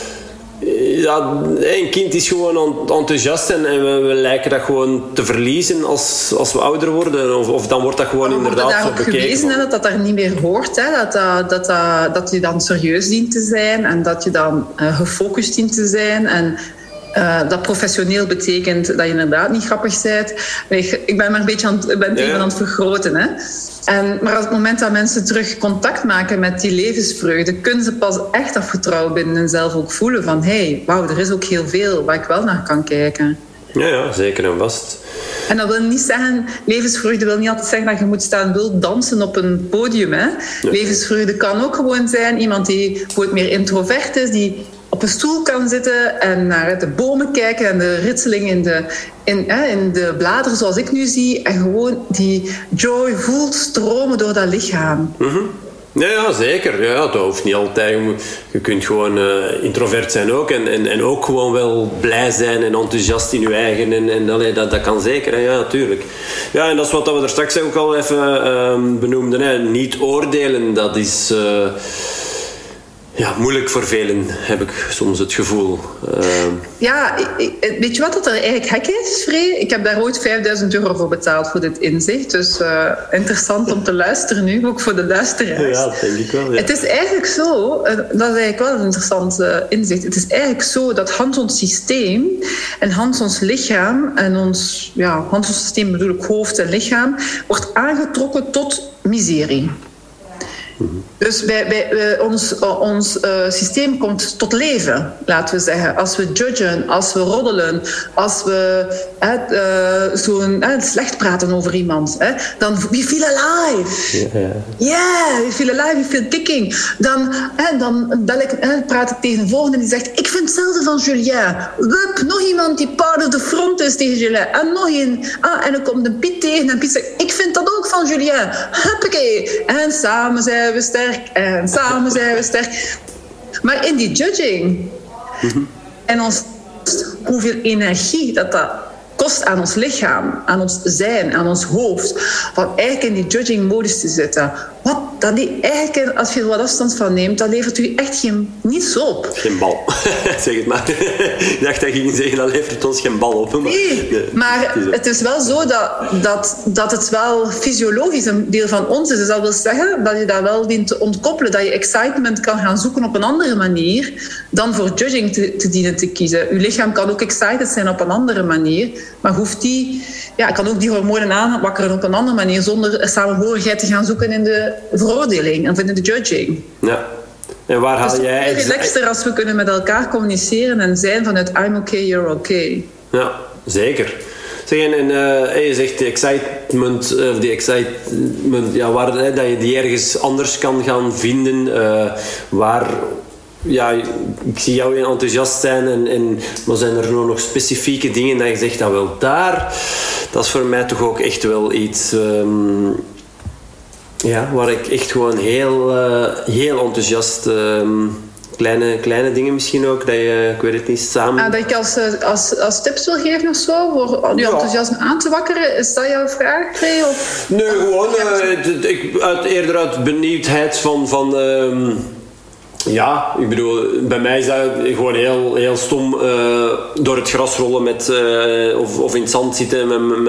Ja, een kind is gewoon enthousiast en we lijken dat gewoon te verliezen als we ouder worden. Of dan wordt dat gewoon inderdaad zo bekeken. We gewezen dat daar niet meer hoort. Hè? Dat je dan serieus dient te zijn en dat je dan gefocust dient te zijn. En dat professioneel betekent dat je inderdaad niet grappig bent. Ik ben maar een beetje aan het vergroten. Hè? Maar op het moment dat mensen terug contact maken met die levensvreugde, kunnen ze pas echt dat vertrouwen binnen hunzelf ook voelen van wauw, er is ook heel veel waar ik wel naar kan kijken. Ja, zeker en vast. En dat wil niet zeggen, levensvreugde wil niet altijd zeggen dat je moet staan wild dansen op een podium. Hè? Ja. Levensvreugde kan ook gewoon zijn iemand die bijvoorbeeld meer introvert is, die op een stoel kan zitten en naar de bomen kijken en de ritseling in de bladeren zoals ik nu zie en gewoon die joy voelt stromen door dat lichaam. Mm-hmm. Ja, zeker. Ja, dat hoeft niet altijd. Je kunt gewoon introvert zijn ook en ook gewoon wel blij zijn en enthousiast in je eigen. En dat kan zeker, hè? Ja, natuurlijk. Ja, en dat is wat we er straks ook al even benoemden. Hè? Niet oordelen, dat is... moeilijk voor velen, heb ik soms het gevoel. Ja, weet je wat dat er eigenlijk gek is, Free? Ik heb daar ooit €5.000 voor betaald voor dit inzicht. Dus interessant om te luisteren nu, ook voor de luisteraars. Ja, dat denk ik wel. Ja. Het is eigenlijk zo, dat is eigenlijk wel een interessant inzicht. Het is eigenlijk zo dat Hans ons systeem en Hans ons lichaam en ons systeem bedoel ik hoofd en lichaam, wordt aangetrokken tot miserie. Dus ons systeem komt tot leven, laten we zeggen. Als we judgen, als we roddelen, als we slecht praten over iemand, dan we feel alive. Yeah, we feel alive, we feel kicking. Dan praat ik tegen een volgende die zegt, ik vind hetzelfde van Julien. Wup, nog iemand die part of the front is tegen Julien. En nog een. En dan komt een Piet tegen en Piet zegt, ik vind dat ook van Julien. Huppakee. En samen zijn we sterk. En samen zijn we sterk. Maar in die judging en hoeveel energie dat kost aan ons lichaam, aan ons zijn, aan ons hoofd, van eigenlijk in die judging-modus te zitten. Eigenlijk, als je er wat afstand van neemt, dat levert u echt niets op. Geen bal. Zeg het maar. Ik dacht dat je ging zeggen, dat levert ons geen bal op. Maar het is wel zo dat het wel fysiologisch een deel van ons is. Dus dat wil zeggen dat je dat wel dient te ontkoppelen. Dat je excitement kan gaan zoeken op een andere manier dan voor judging te dienen te kiezen. Je lichaam kan ook excited zijn op een andere manier. Maar kan ook die hormonen aanwakkeren op een andere manier zonder samenhorigheid te gaan zoeken in de veroordeling of in de judging. Ja. En waar haal jij... Het is relaxter als we kunnen met elkaar communiceren en zijn vanuit I'm okay, you're okay. Ja, zeker. Zeg, en je zegt die excitement, dat je die ergens anders kan gaan vinden, waar... Ja, ik zie jou enthousiast zijn, maar zijn er nog specifieke dingen dat je zegt, dat is voor mij toch ook echt wel iets waar ik echt gewoon heel enthousiast, kleine dingen misschien ook, dat je, ik weet het niet, samen... dat ik als tips wil geven of zo, voor je enthousiasme aan te wakkeren, is dat jouw vraag, Ray? Nee, gewoon eerder uit benieuwdheid van Ja, ik bedoel, bij mij is dat gewoon heel stom door het gras rollen of in het zand zitten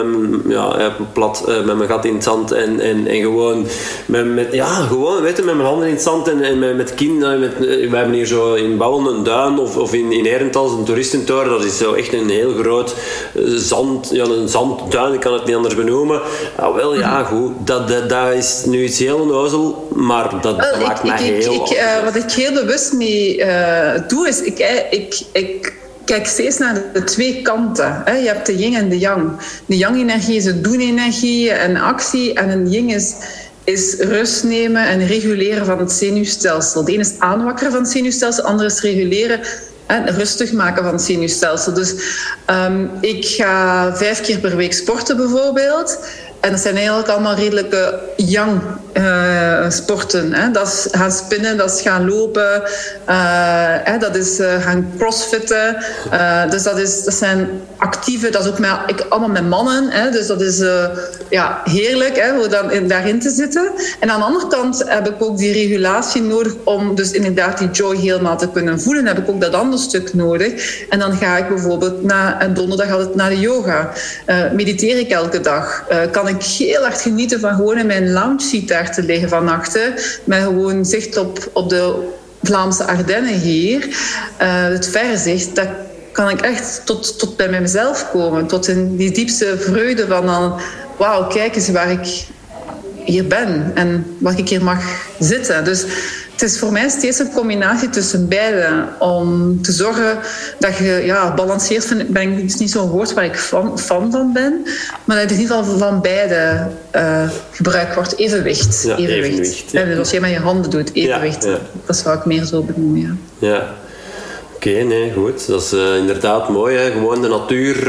met mijn gat in het zand en gewoon gewoon met mijn handen in het zand en met kinderen. We hebben hier zo in Bouwen een duin of in Herentals een toeristentoren. Dat is zo echt een heel groot een zandduin, ik kan het niet anders benoemen. Goed, dat is nu iets heel onnozel, maar dat maakt mij heel... Wat ik heel bewust mee doe, is ik kijk steeds naar de twee kanten. Hè. Je hebt de yin en de yang. De yang-energie is het doen-energie en actie. En een yin is rust nemen en reguleren van het zenuwstelsel. De ene is aanwakkeren van het zenuwstelsel, de andere is reguleren en rustig maken van het zenuwstelsel. Dus ik ga 5 keer per week sporten bijvoorbeeld. En dat zijn eigenlijk allemaal redelijke yang sporten. Hè. Dat is gaan spinnen, dat is gaan lopen, dat is gaan crossfitten. Dus dat zijn actieve, dat is ook allemaal met mannen. Hè. Dus dat is heerlijk om dan daarin te zitten. En aan de andere kant heb ik ook die regulatie nodig om dus inderdaad die joy helemaal te kunnen voelen. Dan heb ik ook dat andere stuk nodig. En dan ga ik bijvoorbeeld donderdag altijd naar de yoga. Mediteer ik elke dag. Kan ik heel hard genieten van gewoon in mijn lounge seat daar te liggen van nachten. Met gewoon zicht op de Vlaamse Ardennen hier. Het verzicht, dat kan ik echt tot bij mezelf komen. Tot in die diepste vreugde van dan... Wauw, kijk eens waar ik hier ben. En waar ik hier mag zitten. Dus het is voor mij steeds een combinatie tussen beide. Om te zorgen dat je balanceert. Het is niet zo'n woord waar ik fan van ben. Maar dat het in ieder geval van beide gebruikt wordt. Evenwicht. Ja, evenwicht. Ja. Dus als jij met je handen doet, evenwicht. Ja. Dat zou ik meer zo benoemen, ja. Oké, nee, goed. Dat is inderdaad mooi. Hè. Gewoon de natuur...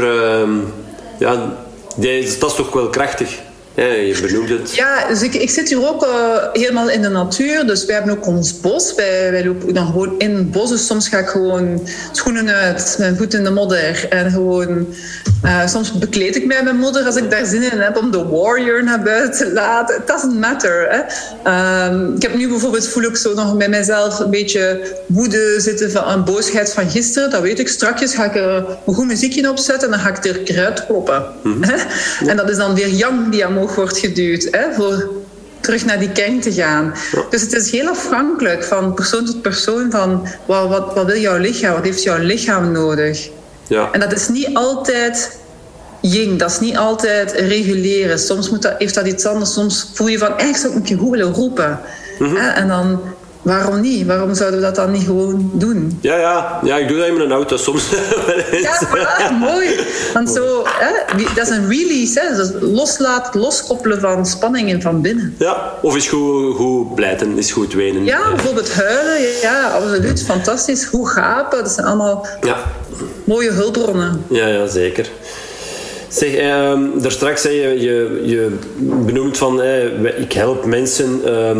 dat is toch wel krachtig. Ja, je benoemt het. Ja, dus ik zit hier ook helemaal in de natuur. Dus wij hebben ook ons bos. Wij lopen dan gewoon in het bos. Dus soms ga ik gewoon schoenen uit, mijn voet in de modder. En gewoon... soms bekleed ik mij met modder als ik daar zin in heb om de warrior naar buiten te laten. It doesn't matter. Hè. Ik heb nu bijvoorbeeld, voel ik zo nog bij mijzelf een beetje woede zitten van een boosheid van gisteren. Dat weet ik. Strakjes ga ik er een goed muziekje op zetten en dan ga ik er eruit kloppen. Mm-hmm. En dat is dan weer yang die omhoog wordt geduwd, voor terug naar die kern te gaan. Ja. Dus het is heel afhankelijk van persoon tot persoon van wat wil jouw lichaam, wat heeft jouw lichaam nodig. Ja. En dat is niet altijd yin, dat is niet altijd reguleren. Soms heeft dat iets anders, soms voel je van ik zou het een keer goed willen roepen. Mm-hmm. En dan... Waarom niet? Waarom zouden we dat dan niet gewoon doen? Ja, ik doe dat in mijn auto soms. Ja, voilà, mooi. Want zo, dat is een release. Hè? Dat is loskoppelen van spanningen van binnen. Ja, of is goed blijten, is goed wenen. Ja, bijvoorbeeld huilen. Ja, absoluut. Fantastisch. Goed gapen. Dat zijn allemaal mooie hulpbronnen. Ja, zeker. Zeg, daar straks zei je benoemt van... ik help mensen...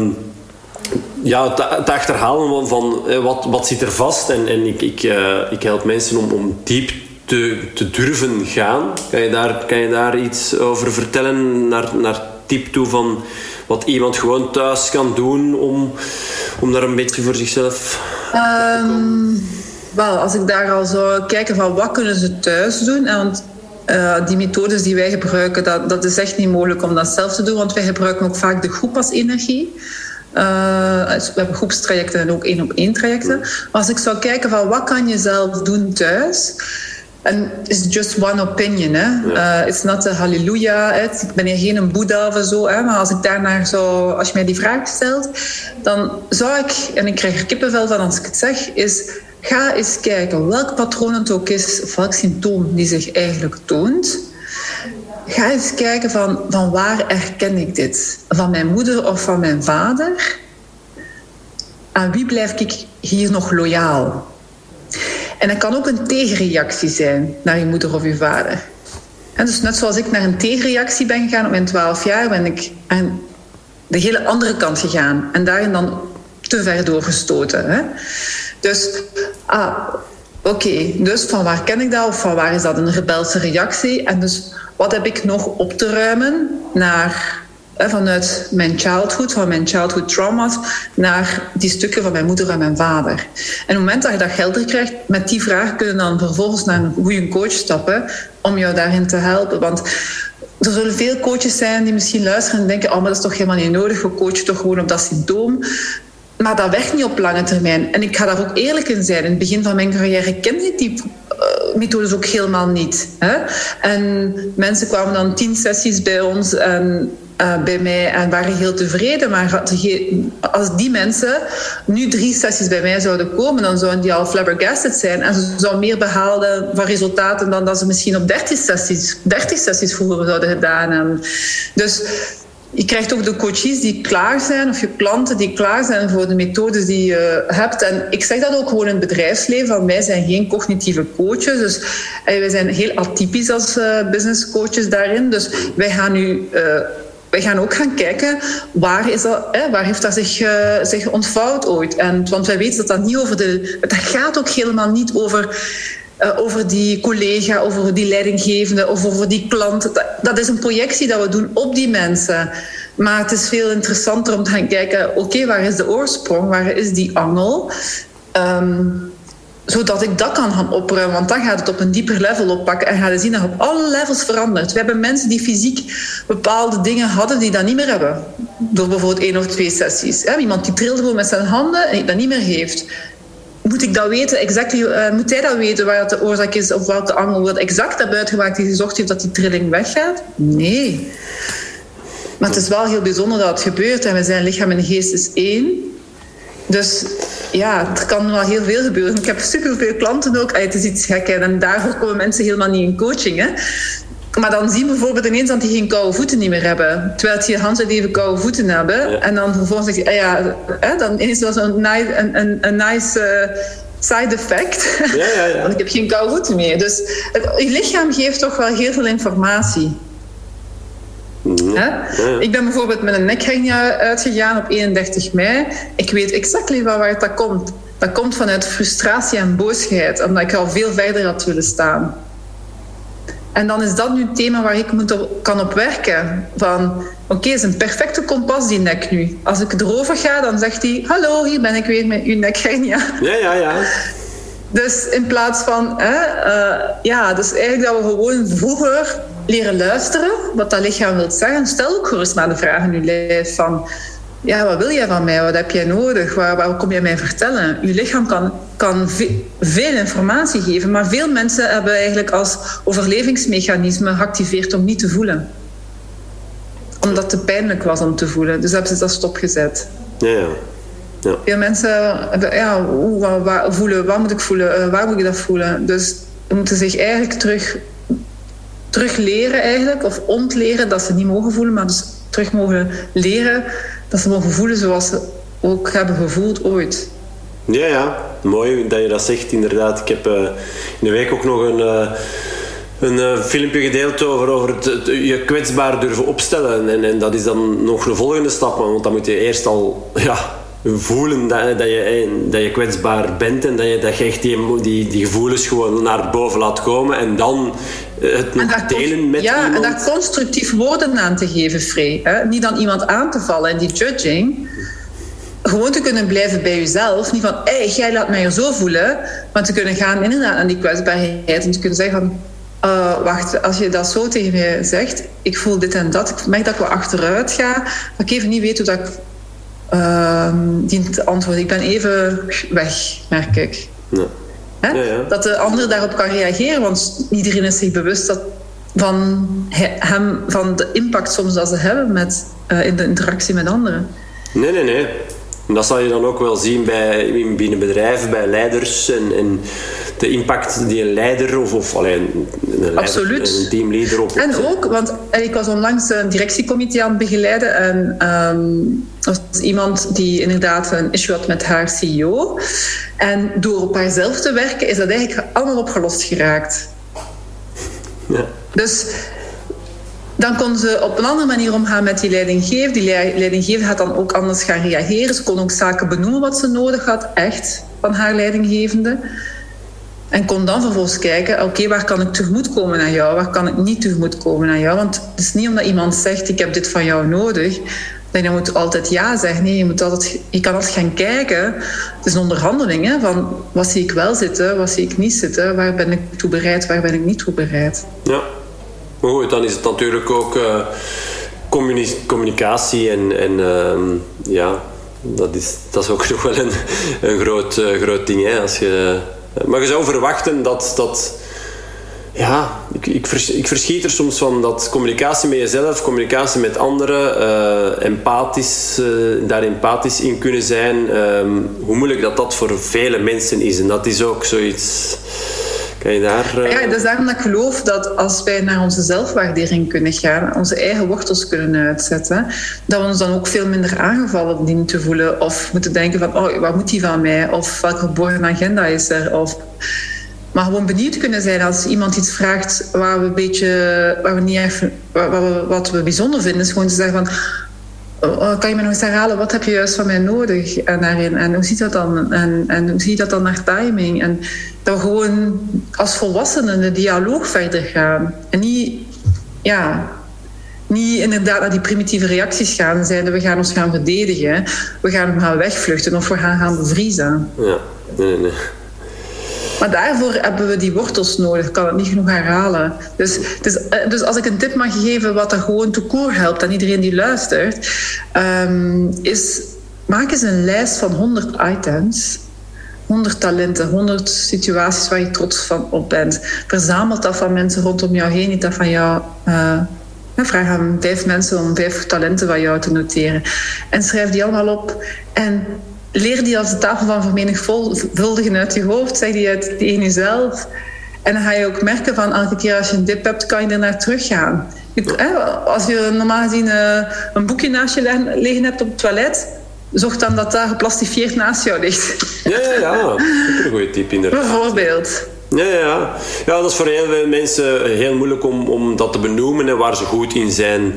het achterhalen van wat zit er vast. En ik help mensen om diep te durven gaan. Kan je daar iets over vertellen? Naar diep toe van wat iemand gewoon thuis kan doen om daar een beetje voor zichzelf te komen? Wel, als ik daar al zou kijken van wat kunnen ze thuis doen... Want die methodes die wij gebruiken, dat is echt niet mogelijk om dat zelf te doen. Want wij gebruiken ook vaak de groep als energie. We hebben groepstrajecten en ook 1-op-1 trajecten. Maar als ik zou kijken van wat kan je zelf doen thuis... En it's just one opinion. Hè? It's not a halleluja. Ik ben hier geen boeddha of zo. Hè? Maar als ik daarnaar zou... Als je mij die vraag stelt... Dan zou ik... En ik krijg er kippenvel van als ik het zeg... Is... Ga eens kijken welk patroon het ook is... Of welk symptoom die zich eigenlijk toont... Ga eens kijken van waar herken ik dit? Van mijn moeder of van mijn vader? Aan wie blijf ik hier nog loyaal? En dat kan ook een tegenreactie zijn naar je moeder of je vader. En dus net zoals ik naar een tegenreactie ben gegaan op mijn 12 jaar... ben ik aan de hele andere kant gegaan. En daarin dan te ver doorgestoten. Hè? Dus... Oké, dus van waar ken ik dat? Of van waar is dat een rebelse reactie? En dus wat heb ik nog op te ruimen naar vanuit mijn childhood, van mijn childhood trauma's, naar die stukken van mijn moeder en mijn vader. En op het moment dat je dat helder krijgt, met die vraag kun je dan vervolgens naar een goede coach stappen om jou daarin te helpen. Want er zullen veel coaches zijn die misschien luisteren en denken, maar dat is toch helemaal niet nodig, we coachen toch gewoon op dat symptoom. Maar dat werkt niet op lange termijn. En ik ga daar ook eerlijk in zijn. In het begin van mijn carrière kende ik die methodes ook helemaal niet. Hè? En mensen kwamen dan 10 sessies bij ons en bij mij en waren heel tevreden. Maar als die mensen nu 3 sessies bij mij zouden komen, dan zouden die al flabbergasted zijn. En ze zouden meer behalen van resultaten dan dat ze misschien op 30 sessies vroeger zouden gedaan hebben. Dus je krijgt ook de coaches die klaar zijn, of je klanten die klaar zijn voor de methodes die je hebt. En ik zeg dat ook gewoon in het bedrijfsleven, van wij zijn geen cognitieve coaches. Dus wij zijn heel atypisch als business coaches daarin. Dus wij gaan ook gaan kijken, waar heeft dat zich ontvouwd ooit? Want wij weten dat dat niet dat gaat ook helemaal niet over die collega, over die leidinggevende of over die klant. Dat is een projectie dat we doen op die mensen. Maar het is veel interessanter om te gaan kijken, oké, waar is de oorsprong? Waar is die angel? Zodat ik dat kan gaan opruimen. Want dan gaat het op een dieper level oppakken en gaat je zien dat op alle levels verandert. We hebben mensen die fysiek bepaalde dingen hadden die dat niet meer hebben. Door bijvoorbeeld 1 of 2 sessies. Iemand die trilde gewoon met zijn handen en dat niet meer heeft. Moet ik dat weten? Moet hij dat weten waar de oorzaak is of welke angel dat exact heb uitgemaakt die gezorgd heeft dat die trilling weggaat? Nee. Maar het is wel heel bijzonder dat het gebeurt en we zijn lichaam en geest is 1. Dus ja, er kan wel heel veel gebeuren. Ik heb superveel klanten ook. Het is iets gek en daarvoor komen mensen helemaal niet in coaching. Hè? Maar dan zien we bijvoorbeeld ineens dat die geen koude voeten niet meer hebben. Terwijl die Hans even koude voeten hebben. Ja. En dan vervolgens zeg je, dan is dat zo'n een nice side effect. Ja. Want ik heb geen koude voeten meer. Dus je lichaam geeft toch wel heel veel informatie. Ja. Ik ben bijvoorbeeld met een nekhernia uitgegaan op 31 mei. Ik weet exact waar dat komt. Dat komt vanuit frustratie en boosheid. Omdat ik al veel verder had willen staan. En dan is dat nu het thema waar ik kan op werken. Van, oké, het is een perfecte kompas, die nek nu. Als ik erover ga, dan zegt hij, hallo, hier ben ik weer met uw nekhernia. Ja. Dus in plaats van, dus eigenlijk dat we gewoon vroeger leren luisteren, wat dat lichaam wil zeggen. Stel ook gerust maar de vraag in uw lijf van, wat wil jij van mij? Wat heb jij nodig? Waar kom jij mij vertellen? Uw lichaam kan veel informatie geven, maar veel mensen hebben eigenlijk als overlevingsmechanisme geactiveerd om niet te voelen. Omdat het te pijnlijk was om te voelen. Dus hebben ze dat stopgezet. Ja. Veel mensen hebben, voelen, wat moet ik voelen? Waar moet ik dat voelen? Dus ze moeten zich eigenlijk terug leren eigenlijk, of ontleren dat ze niet mogen voelen, maar dus terug mogen leren dat ze mogen voelen zoals ze ook hebben gevoeld ooit. Ja, mooi dat je dat zegt, inderdaad. Ik heb in de week ook nog een filmpje gedeeld over je kwetsbaar durven opstellen. En dat is dan nog de volgende stap, want dan moet je eerst al voelen dat je kwetsbaar bent en dat je echt die gevoelens gewoon naar boven laat komen en dan het nog delen met iemand. En daar constructief woorden aan te geven, Free. Hè? Niet dan iemand aan te vallen in die judging. Gewoon te kunnen blijven bij jezelf. Niet van, jij laat mij er zo voelen. Maar te kunnen gaan inderdaad aan die kwetsbaarheid. En te kunnen zeggen van, wacht, als je dat zo tegen mij zegt, ik voel dit en dat. Ik merk dat ik wel achteruit ga. Dat ik even niet weet hoe dat ik dient te antwoorden. Ik ben even weg, merk ik. Ja. Dat de ander daarop kan reageren, want iedereen is zich bewust van de impact soms dat ze hebben in de interactie met anderen. Nee. En dat zal je dan ook wel zien binnen bedrijven, bij leiders en de impact die een leider of alleen een teamleader op. En ook, want ik was onlangs een directiecomité aan het begeleiden en er was iemand die inderdaad een issue had met haar CEO. En door op haarzelf te werken is dat eigenlijk allemaal opgelost geraakt. Ja. Dus dan kon ze op een andere manier omgaan met die leidinggever. Die leidinggever gaat dan ook anders gaan reageren. Ze kon ook zaken benoemen wat ze nodig had, echt, van haar leidinggevende. En kon dan vervolgens kijken, oké, waar kan ik tegemoetkomen aan jou? Waar kan ik niet tegemoetkomen aan jou? Want het is niet omdat iemand zegt, ik heb dit van jou nodig, dat je moet altijd ja zeggen. Nee, je kan altijd gaan kijken. Het is een onderhandeling, hè, van wat zie ik wel zitten, wat zie ik niet zitten, waar ben ik toe bereid, waar ben ik niet toe bereid. Ja, maar goed, dan is het natuurlijk ook communicatie en dat is ook nog wel een groot ding. Hè, maar je zou verwachten dat ja, ik verschiet er soms van dat communicatie met jezelf, communicatie met anderen, daar empathisch in kunnen zijn, hoe moeilijk dat voor vele mensen is. En dat is ook zoiets... Kan je daar... Ja, dat is daarom dat ik geloof dat als wij naar onze zelfwaardering kunnen gaan, onze eigen wortels kunnen uitzetten, dat we ons dan ook veel minder aangevallen dienen te voelen of moeten denken van, wat moet die van mij? Of welke verborgen agenda is er? Maar gewoon benieuwd kunnen zijn als iemand iets vraagt wat we bijzonder vinden, is gewoon te zeggen van, kan je me nog eens herhalen, wat heb je juist van mij nodig en hoe ziet dat dan? En hoe zie je dat dan naar timing? En dat we gewoon als volwassenen de dialoog verder gaan. En niet inderdaad naar die primitieve reacties gaan. Zeiden we gaan ons gaan verdedigen, we gaan wegvluchten of we gaan bevriezen. Ja, nee. Maar daarvoor hebben we die wortels nodig. Ik kan het niet genoeg herhalen. Dus als ik een tip mag geven wat er gewoon te koer helpt aan iedereen die luistert, is maak eens een lijst van 100 items. 100 talenten, 100 situaties waar je trots van op bent. Verzamel dat van mensen rondom jou heen, niet dat van jou. Vraag aan 5 mensen om 5 talenten van jou te noteren. En schrijf die allemaal op. En leer die als de tafel van vermenigvuldigen uit je hoofd. Zeg die tegen jezelf. En dan ga je ook merken van elke keer als je een dip hebt, kan je er naar teruggaan. Als je normaal gezien een boekje naast je liggen hebt op het toilet, zorg dan dat daar geplastifieerd naast jou ligt. Ja. Super goede tip inderdaad. Bijvoorbeeld. Ja, dat is voor heel veel mensen heel moeilijk om dat te benoemen en waar ze goed in zijn.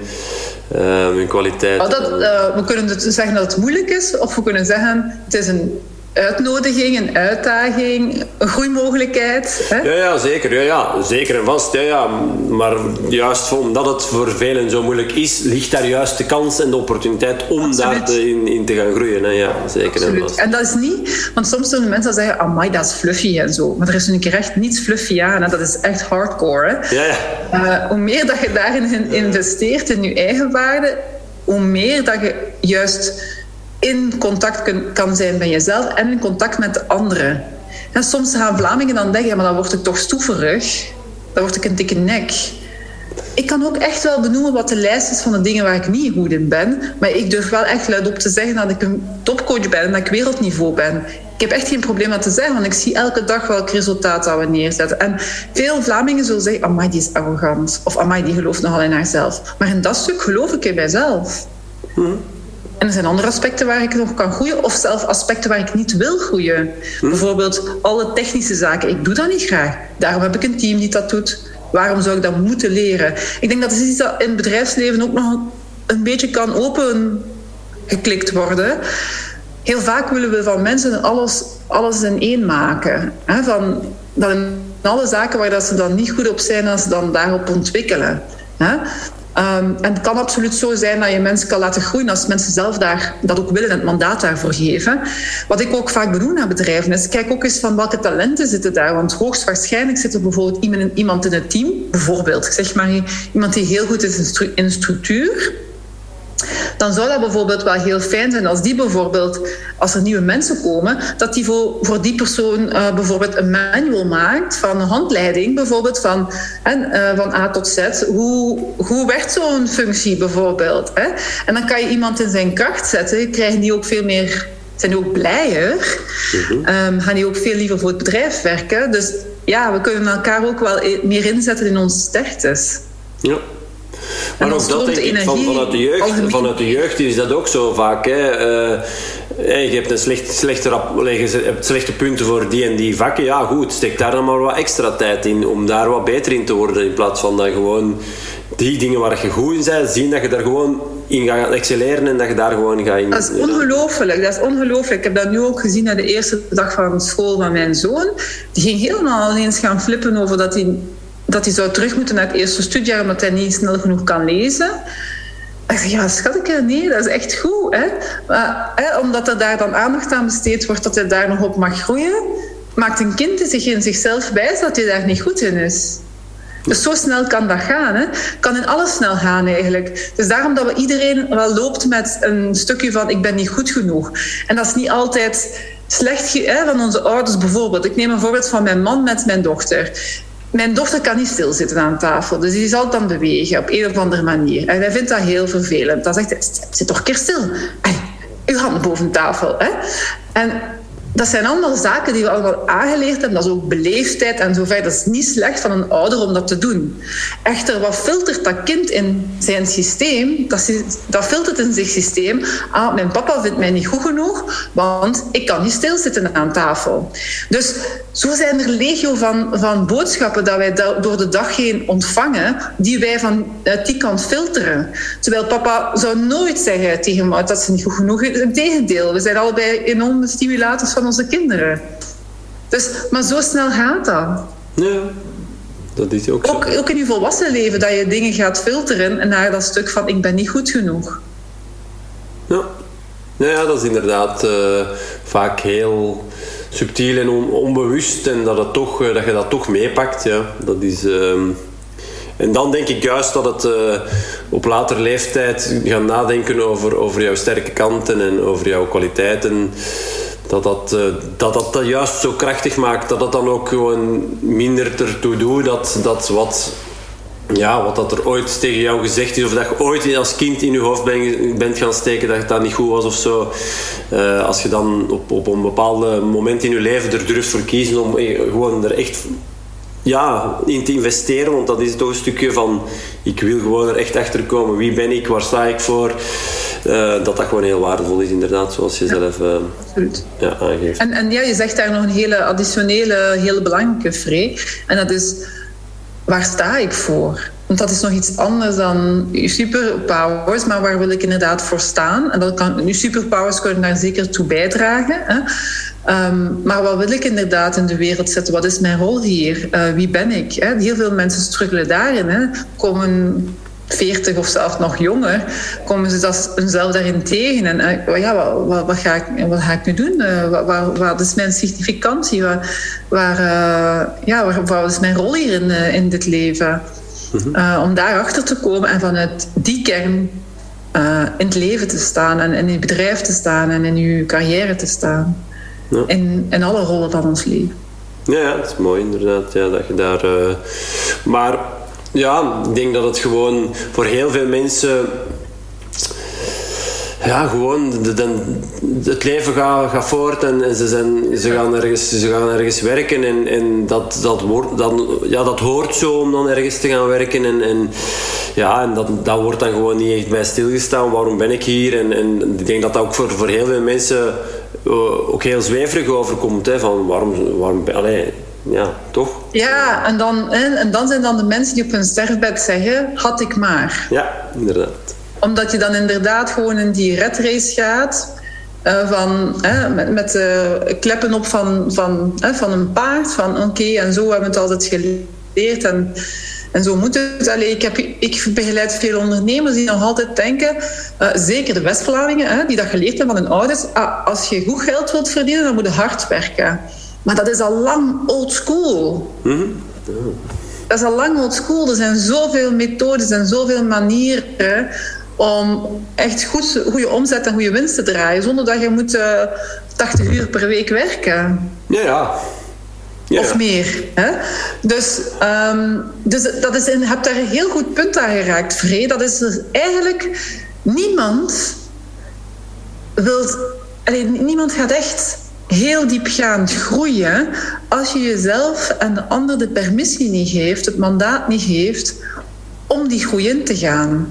Hun kwaliteit. We kunnen zeggen dat het moeilijk is, of we kunnen zeggen het is een uitnodiging, een uitdaging, een groeimogelijkheid. Hè? Ja, zeker. Ja, zeker en vast. Ja. Maar juist omdat het voor velen zo moeilijk is, ligt daar juist de kans en de opportuniteit om Absoluut. Daar in te gaan groeien. Hè? Ja, zeker Absoluut. en vast. En dat is niet, want soms zullen mensen zeggen, amai, dat is fluffy en zo. Maar er is nu een keer echt niets fluffy aan. Hè? Dat is echt hardcore. Hè? Ja. Hoe meer dat je daarin investeert, in je eigen waarde, hoe meer dat je juist in contact kan zijn met jezelf en in contact met de anderen. En soms gaan Vlamingen dan denken, maar dan word ik toch stoeverig. Dan word ik een dikke nek. Ik kan ook echt wel benoemen wat de lijst is van de dingen waar ik niet goed in ben. Maar ik durf wel echt luidop te zeggen dat ik een topcoach ben en dat ik wereldniveau ben. Ik heb echt geen probleem met te zeggen, want ik zie elke dag welk resultaat dat we neerzetten. En veel Vlamingen zullen zeggen, amai, die is arrogant. Of amai, die gelooft nogal in haarzelf. Maar in dat stuk geloof ik in mijzelf. En er zijn andere aspecten waar ik nog kan groeien, of zelfs aspecten waar ik niet wil groeien. Bijvoorbeeld alle technische zaken. Ik doe dat niet graag. Daarom heb ik een team die dat doet. Waarom zou ik dat moeten leren? Ik denk dat het is iets dat in het bedrijfsleven ook nog een beetje kan opengeklikt worden. Heel vaak willen we van mensen alles in één maken. Hè? Dat in alle zaken waar dat ze dan niet goed op zijn, dat ze dan daarop ontwikkelen. Hè? En het kan absoluut zo zijn dat je mensen kan laten groeien als mensen zelf dat ook willen en het mandaat daarvoor geven. Wat ik ook vaak benoem naar bedrijven is, kijk ook eens van welke talenten zitten daar. Want hoogstwaarschijnlijk zit er bijvoorbeeld iemand in het team, bijvoorbeeld, zeg maar iemand die heel goed is in structuur. Dan zou dat bijvoorbeeld wel heel fijn zijn als die bijvoorbeeld, als er nieuwe mensen komen, dat die voor die persoon bijvoorbeeld een manual maakt van een handleiding, bijvoorbeeld van A tot Z. Hoe werkt zo'n functie bijvoorbeeld? Hè? En dan kan je iemand in zijn kracht zetten, krijgen die ook veel meer, zijn die ook blijer, gaan die ook veel liever voor het bedrijf werken. Dus ja, we kunnen elkaar ook wel meer inzetten in onze sterktes. Ja. Maar ook dat denk ik vanuit de jeugd is dat ook zo vaak. Hè. Je hebt slechte punten voor die en die vakken. Ja goed, steek daar dan maar wat extra tijd in om daar wat beter in te worden. In plaats van dat gewoon die dingen waar je goed in bent, zien dat je daar gewoon in gaat excelleren en dat je daar gewoon gaat in... Dat is ongelooflijk. Ik heb dat nu ook gezien na de eerste dag van school van mijn zoon. Die ging helemaal ineens gaan flippen over dat hij zou terug moeten naar het eerste studiejaar omdat hij niet snel genoeg kan lezen. Ik zeg, ja, schatje, nee, dat is echt goed. Hè? Maar, omdat er daar dan aandacht aan besteed wordt dat hij daar nog op mag groeien, maakt een kind zich in zichzelf wijs dat hij daar niet goed in is. Dus zo snel kan dat gaan. Hè? Kan in alles snel gaan eigenlijk. Dus daarom dat iedereen wel loopt met een stukje van ik ben niet goed genoeg. En dat is niet altijd slecht van onze ouders bijvoorbeeld. Ik neem een voorbeeld van mijn man met mijn dochter. Mijn dochter kan niet stilzitten aan tafel. Dus die zal dan bewegen op een of andere manier. En hij vindt dat heel vervelend. Dan zegt hij, zit toch een keer stil. Uw hand boven tafel. Hè? En dat zijn allemaal zaken die we allemaal aangeleerd hebben. Dat is ook beleefdheid en zo verder. Dat is niet slecht van een ouder om dat te doen. Echter, wat filtert dat kind in zijn systeem? Dat filtert in zijn systeem. Mijn papa vindt mij niet goed genoeg, want ik kan niet stilzitten aan tafel. Dus zo zijn er legio van boodschappen dat wij door de dag heen ontvangen, die wij van die kant filteren. Terwijl papa zou nooit zeggen tegen me dat ze niet goed genoeg is. Integendeel, we zijn allebei enorme stimulators van onze kinderen. Dus, maar zo snel gaat dat. Ja, dat is ook zo. Ook in je volwassen leven, dat je dingen gaat filteren en naar dat stuk van ik ben niet goed genoeg. Ja, dat is inderdaad vaak heel subtiel en onbewust en dat je dat toch meepakt. Ja. Dat is... En dan denk ik juist dat het op latere leeftijd gaan nadenken over jouw sterke kanten en over jouw kwaliteiten. Dat juist zo krachtig maakt. Dat het dan ook gewoon minder ertoe doet dat wat dat er ooit tegen jou gezegd is. Of dat je ooit als kind in je hoofd bent gaan steken dat het niet goed was of zo. Als je dan op een bepaald moment in je leven er durft voor kiezen om gewoon er echt... in te investeren, want dat is toch een stukje van ik wil gewoon er echt achter komen. Wie ben ik? Waar sta ik voor? Dat gewoon heel waardevol is, inderdaad, zoals je zelf aangeeft. En je zegt daar nog een hele additionele, hele belangrijke, Free. En dat is, waar sta ik voor? Want dat is nog iets anders dan je superpowers, maar waar wil ik inderdaad voor staan? En je superpowers kunnen daar zeker toe bijdragen. Hè? Maar wat wil ik inderdaad in de wereld zetten? Wat is mijn rol hier? Wie ben ik? Hè? Heel veel mensen struggelen daarin. Hè? Komen 40 of zelfs nog jonger, komen ze hunzelf daarin tegen. En wat ga ik nu doen? Wat is mijn significantie? Wat is mijn rol hier in dit leven? Om daarachter te komen en vanuit die kern in het leven te staan en in je bedrijf te staan en in je carrière te staan. Ja. In alle rollen van ons leven. Ja, dat is mooi inderdaad. Ja, dat je daar... Maar ja, ik denk dat het gewoon voor heel veel mensen... Ja, gewoon het leven gaat voort en ze gaan ergens werken en dat hoort zo om dan ergens te gaan werken en dat wordt dan gewoon niet echt bij stilgestaan. Waarom ben ik hier? En ik denk dat dat ook voor heel veel mensen ook heel zweverig overkomt. Hè, van waarom toch? Ja, en dan zijn dan de mensen die op hun sterfbed zeggen, had ik maar. Ja, inderdaad. Omdat je dan inderdaad gewoon in die red race gaat met kleppen op van een paard. Van oké, en zo hebben we het altijd geleerd en zo moet het. Ik begeleid veel ondernemers die nog altijd denken, zeker de West-Vlamingen, die dat geleerd hebben van hun ouders, als je goed geld wilt verdienen, dan moet je hard werken. Maar dat is al lang old school. Mm-hmm. Oh. Dat is al lang old school. Er zijn zoveel methodes en zoveel manieren om echt goede omzet en goede winst te draaien, zonder dat je moet 80 uur per week werken. Ja. Of meer. Hè? Dus dat is je hebt daar een heel goed punt aan geraakt, Free. Dat is er eigenlijk niemand gaat echt heel diepgaand groeien als je jezelf en de ander de permissie niet geeft, het mandaat niet geeft om die groei in te gaan.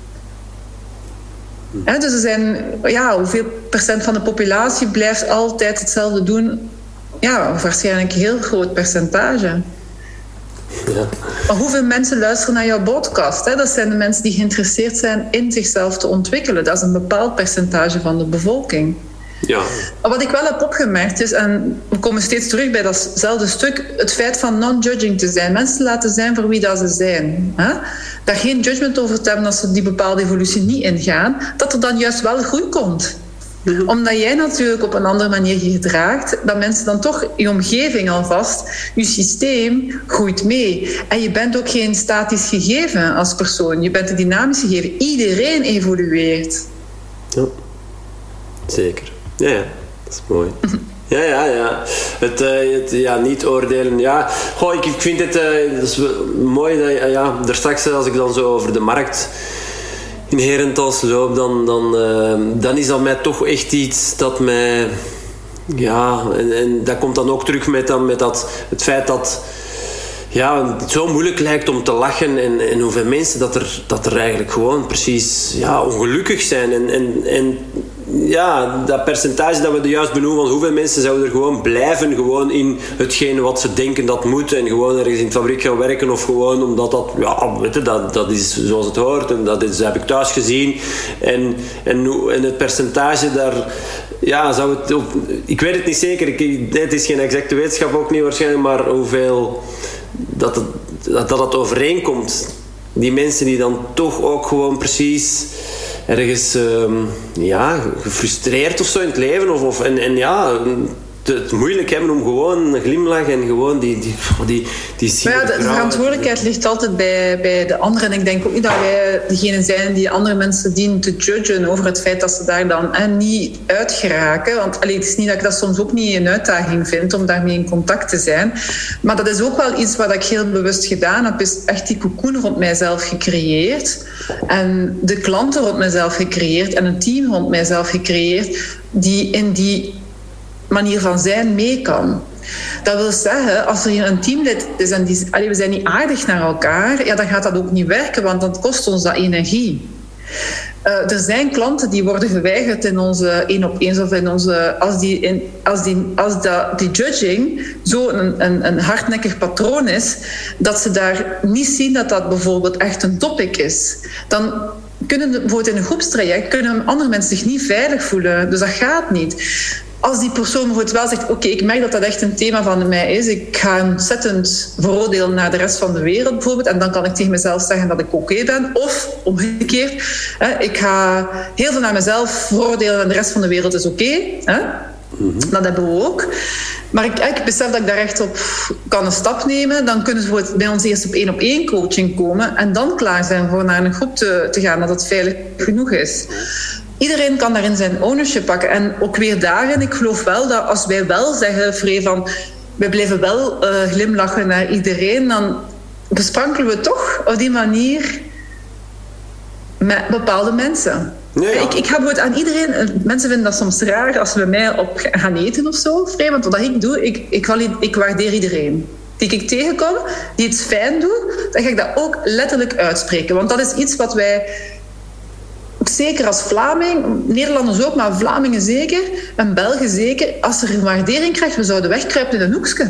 Dus er zijn, hoeveel procent van de populatie blijft altijd hetzelfde doen? Ja, waarschijnlijk een heel groot percentage. Ja. Maar hoeveel mensen luisteren naar jouw podcast? Hè? Dat zijn de mensen die geïnteresseerd zijn in zichzelf te ontwikkelen. Dat is een bepaald percentage van de bevolking. Ja. Maar wat ik wel heb opgemerkt is, en we komen steeds terug bij datzelfde stuk, het feit van non-judging te zijn. Mensen laten zijn voor wie dat ze zijn. Hè? Daar geen judgment over te hebben als ze die bepaalde evolutie niet ingaan, dat er dan juist wel groei komt. Omdat jij natuurlijk op een andere manier je gedraagt, dat mensen dan toch je omgeving alvast, je systeem groeit mee. En je bent ook geen statisch gegeven als persoon. Je bent een dynamisch gegeven. Iedereen evolueert. Ja, zeker. Ja, dat is mooi. Ja. Het niet oordelen. Ja, goh, ik vind het dat is mooi dat daar straks, als ik dan zo over de markt in Herentals loop, dan is dat mij toch echt iets dat mij... Ja, en dat komt dan ook terug met het feit dat het zo moeilijk lijkt om te lachen en hoeveel mensen dat er eigenlijk gewoon precies ongelukkig zijn. En dat percentage dat we er juist benoemen, van hoeveel mensen zouden er gewoon blijven gewoon in hetgene wat ze denken dat moet en gewoon ergens in de fabriek gaan werken of gewoon omdat dat is zoals het hoort en dat heb ik thuis gezien. En het percentage daar... Ja, zou het... Ik weet het niet zeker. Het is geen exacte wetenschap ook niet waarschijnlijk, maar hoeveel... Dat overeenkomt. Die mensen die dan toch ook gewoon precies ergens gefrustreerd of zo in het leven het moeilijk hebben om gewoon een glimlach en gewoon die maar de verantwoordelijkheid ligt altijd bij de anderen. En ik denk ook niet dat wij degene zijn die andere mensen dienen te judgen over het feit dat ze daar dan niet uit geraken. Want het is niet dat ik dat soms ook niet een uitdaging vind om daarmee in contact te zijn. Maar dat is ook wel iets wat ik heel bewust gedaan heb, is echt die cocoon rond mijzelf gecreëerd. En de klanten rond mijzelf gecreëerd en een team rond mijzelf gecreëerd die in die manier van zijn mee kan. Dat wil zeggen, als er hier een teamlid is en we zijn niet aardig naar elkaar, dan gaat dat ook niet werken, want dan kost ons dat energie. Er zijn klanten die worden geweigerd in onze 1-op-1 of in onze... Als die judging zo een hardnekkig patroon is, dat ze daar niet zien dat dat bijvoorbeeld echt een topic is. Dan kunnen bijvoorbeeld in een groepstraject kunnen andere mensen zich niet veilig voelen. Dus dat gaat niet. Als die persoon bijvoorbeeld wel zegt, oké, ik merk dat dat echt een thema van mij is, ik ga ontzettend veroordelen naar de rest van de wereld bijvoorbeeld, en dan kan ik tegen mezelf zeggen dat ik oké ben. Of omgekeerd, ik ga heel veel naar mezelf veroordelen en de rest van de wereld is oké. Dat hebben we ook. Maar ik besef dat ik daar echt op kan een stap nemen. Dan kunnen ze bij ons eerst op 1-op-1 coaching komen en dan klaar zijn voor naar een groep te gaan, dat het veilig genoeg is. Iedereen kan daarin zijn ownership pakken. En ook weer daarin, ik geloof wel dat als wij wel zeggen, Free, van wij blijven wel glimlachen naar iedereen, dan besprankelen we toch op die manier met bepaalde mensen. Ja. Ik ga bijvoorbeeld aan iedereen... Mensen vinden dat soms raar als ze bij mij op gaan eten of zo, Free, want wat ik doe, ik waardeer iedereen. Die ik tegenkom, die het fijn doet, dan ga ik dat ook letterlijk uitspreken. Want dat is iets wat wij... Zeker als Vlaming, Nederlanders ook, maar Vlamingen zeker, en Belgen zeker, als er een waardering krijgt, we zouden wegkruipen in een hoekje.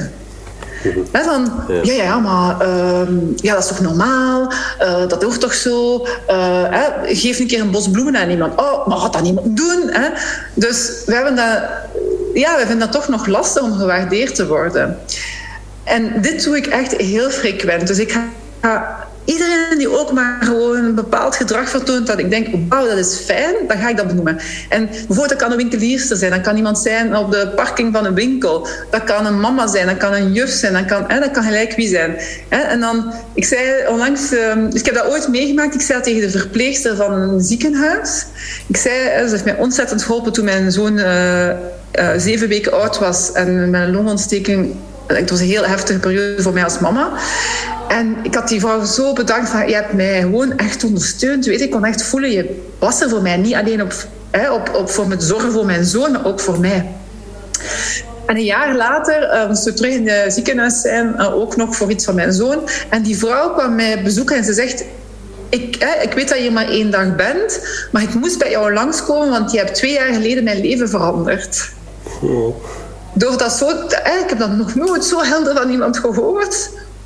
Dat is toch normaal, dat hoort toch zo. Geef een keer een bos bloemen aan iemand. Oh, maar gaat dat niemand doen? Hè? Dus we vinden dat toch nog lastig om gewaardeerd te worden. En dit doe ik echt heel frequent. Dus ik ga... Iedereen die ook maar gewoon een bepaald gedrag vertoont dat ik denk, wauw, dat is fijn, dan ga ik dat benoemen. En bijvoorbeeld, dat kan een winkelierster zijn, dat kan iemand zijn op de parking van een winkel, dat kan een mama zijn, dat kan een juf zijn, dat kan gelijk wie zijn. En dan, ik zei onlangs, dus ik heb dat ooit meegemaakt, ik zei tegen de verpleegster van een ziekenhuis, ik zei, ze heeft mij ontzettend geholpen toen mijn zoon 7 weken oud was en met een longontsteking. Het was een heel heftige periode voor mij als mama. En ik had die vrouw zo bedankt van, je hebt mij gewoon echt ondersteund. Weet je, ik kon echt voelen, je was er voor mij. Niet alleen voor het zorgen voor mijn zoon, maar ook voor mij. En een jaar later moesten we terug in het ziekenhuis zijn, ook nog voor iets van mijn zoon. En die vrouw kwam mij bezoeken en ze zegt... Ik weet dat je maar 1 dag bent, maar ik moest bij jou langskomen, want je hebt 2 jaar geleden mijn leven veranderd. Door dat zo... Ik heb dat nog nooit zo helder van iemand gehoord.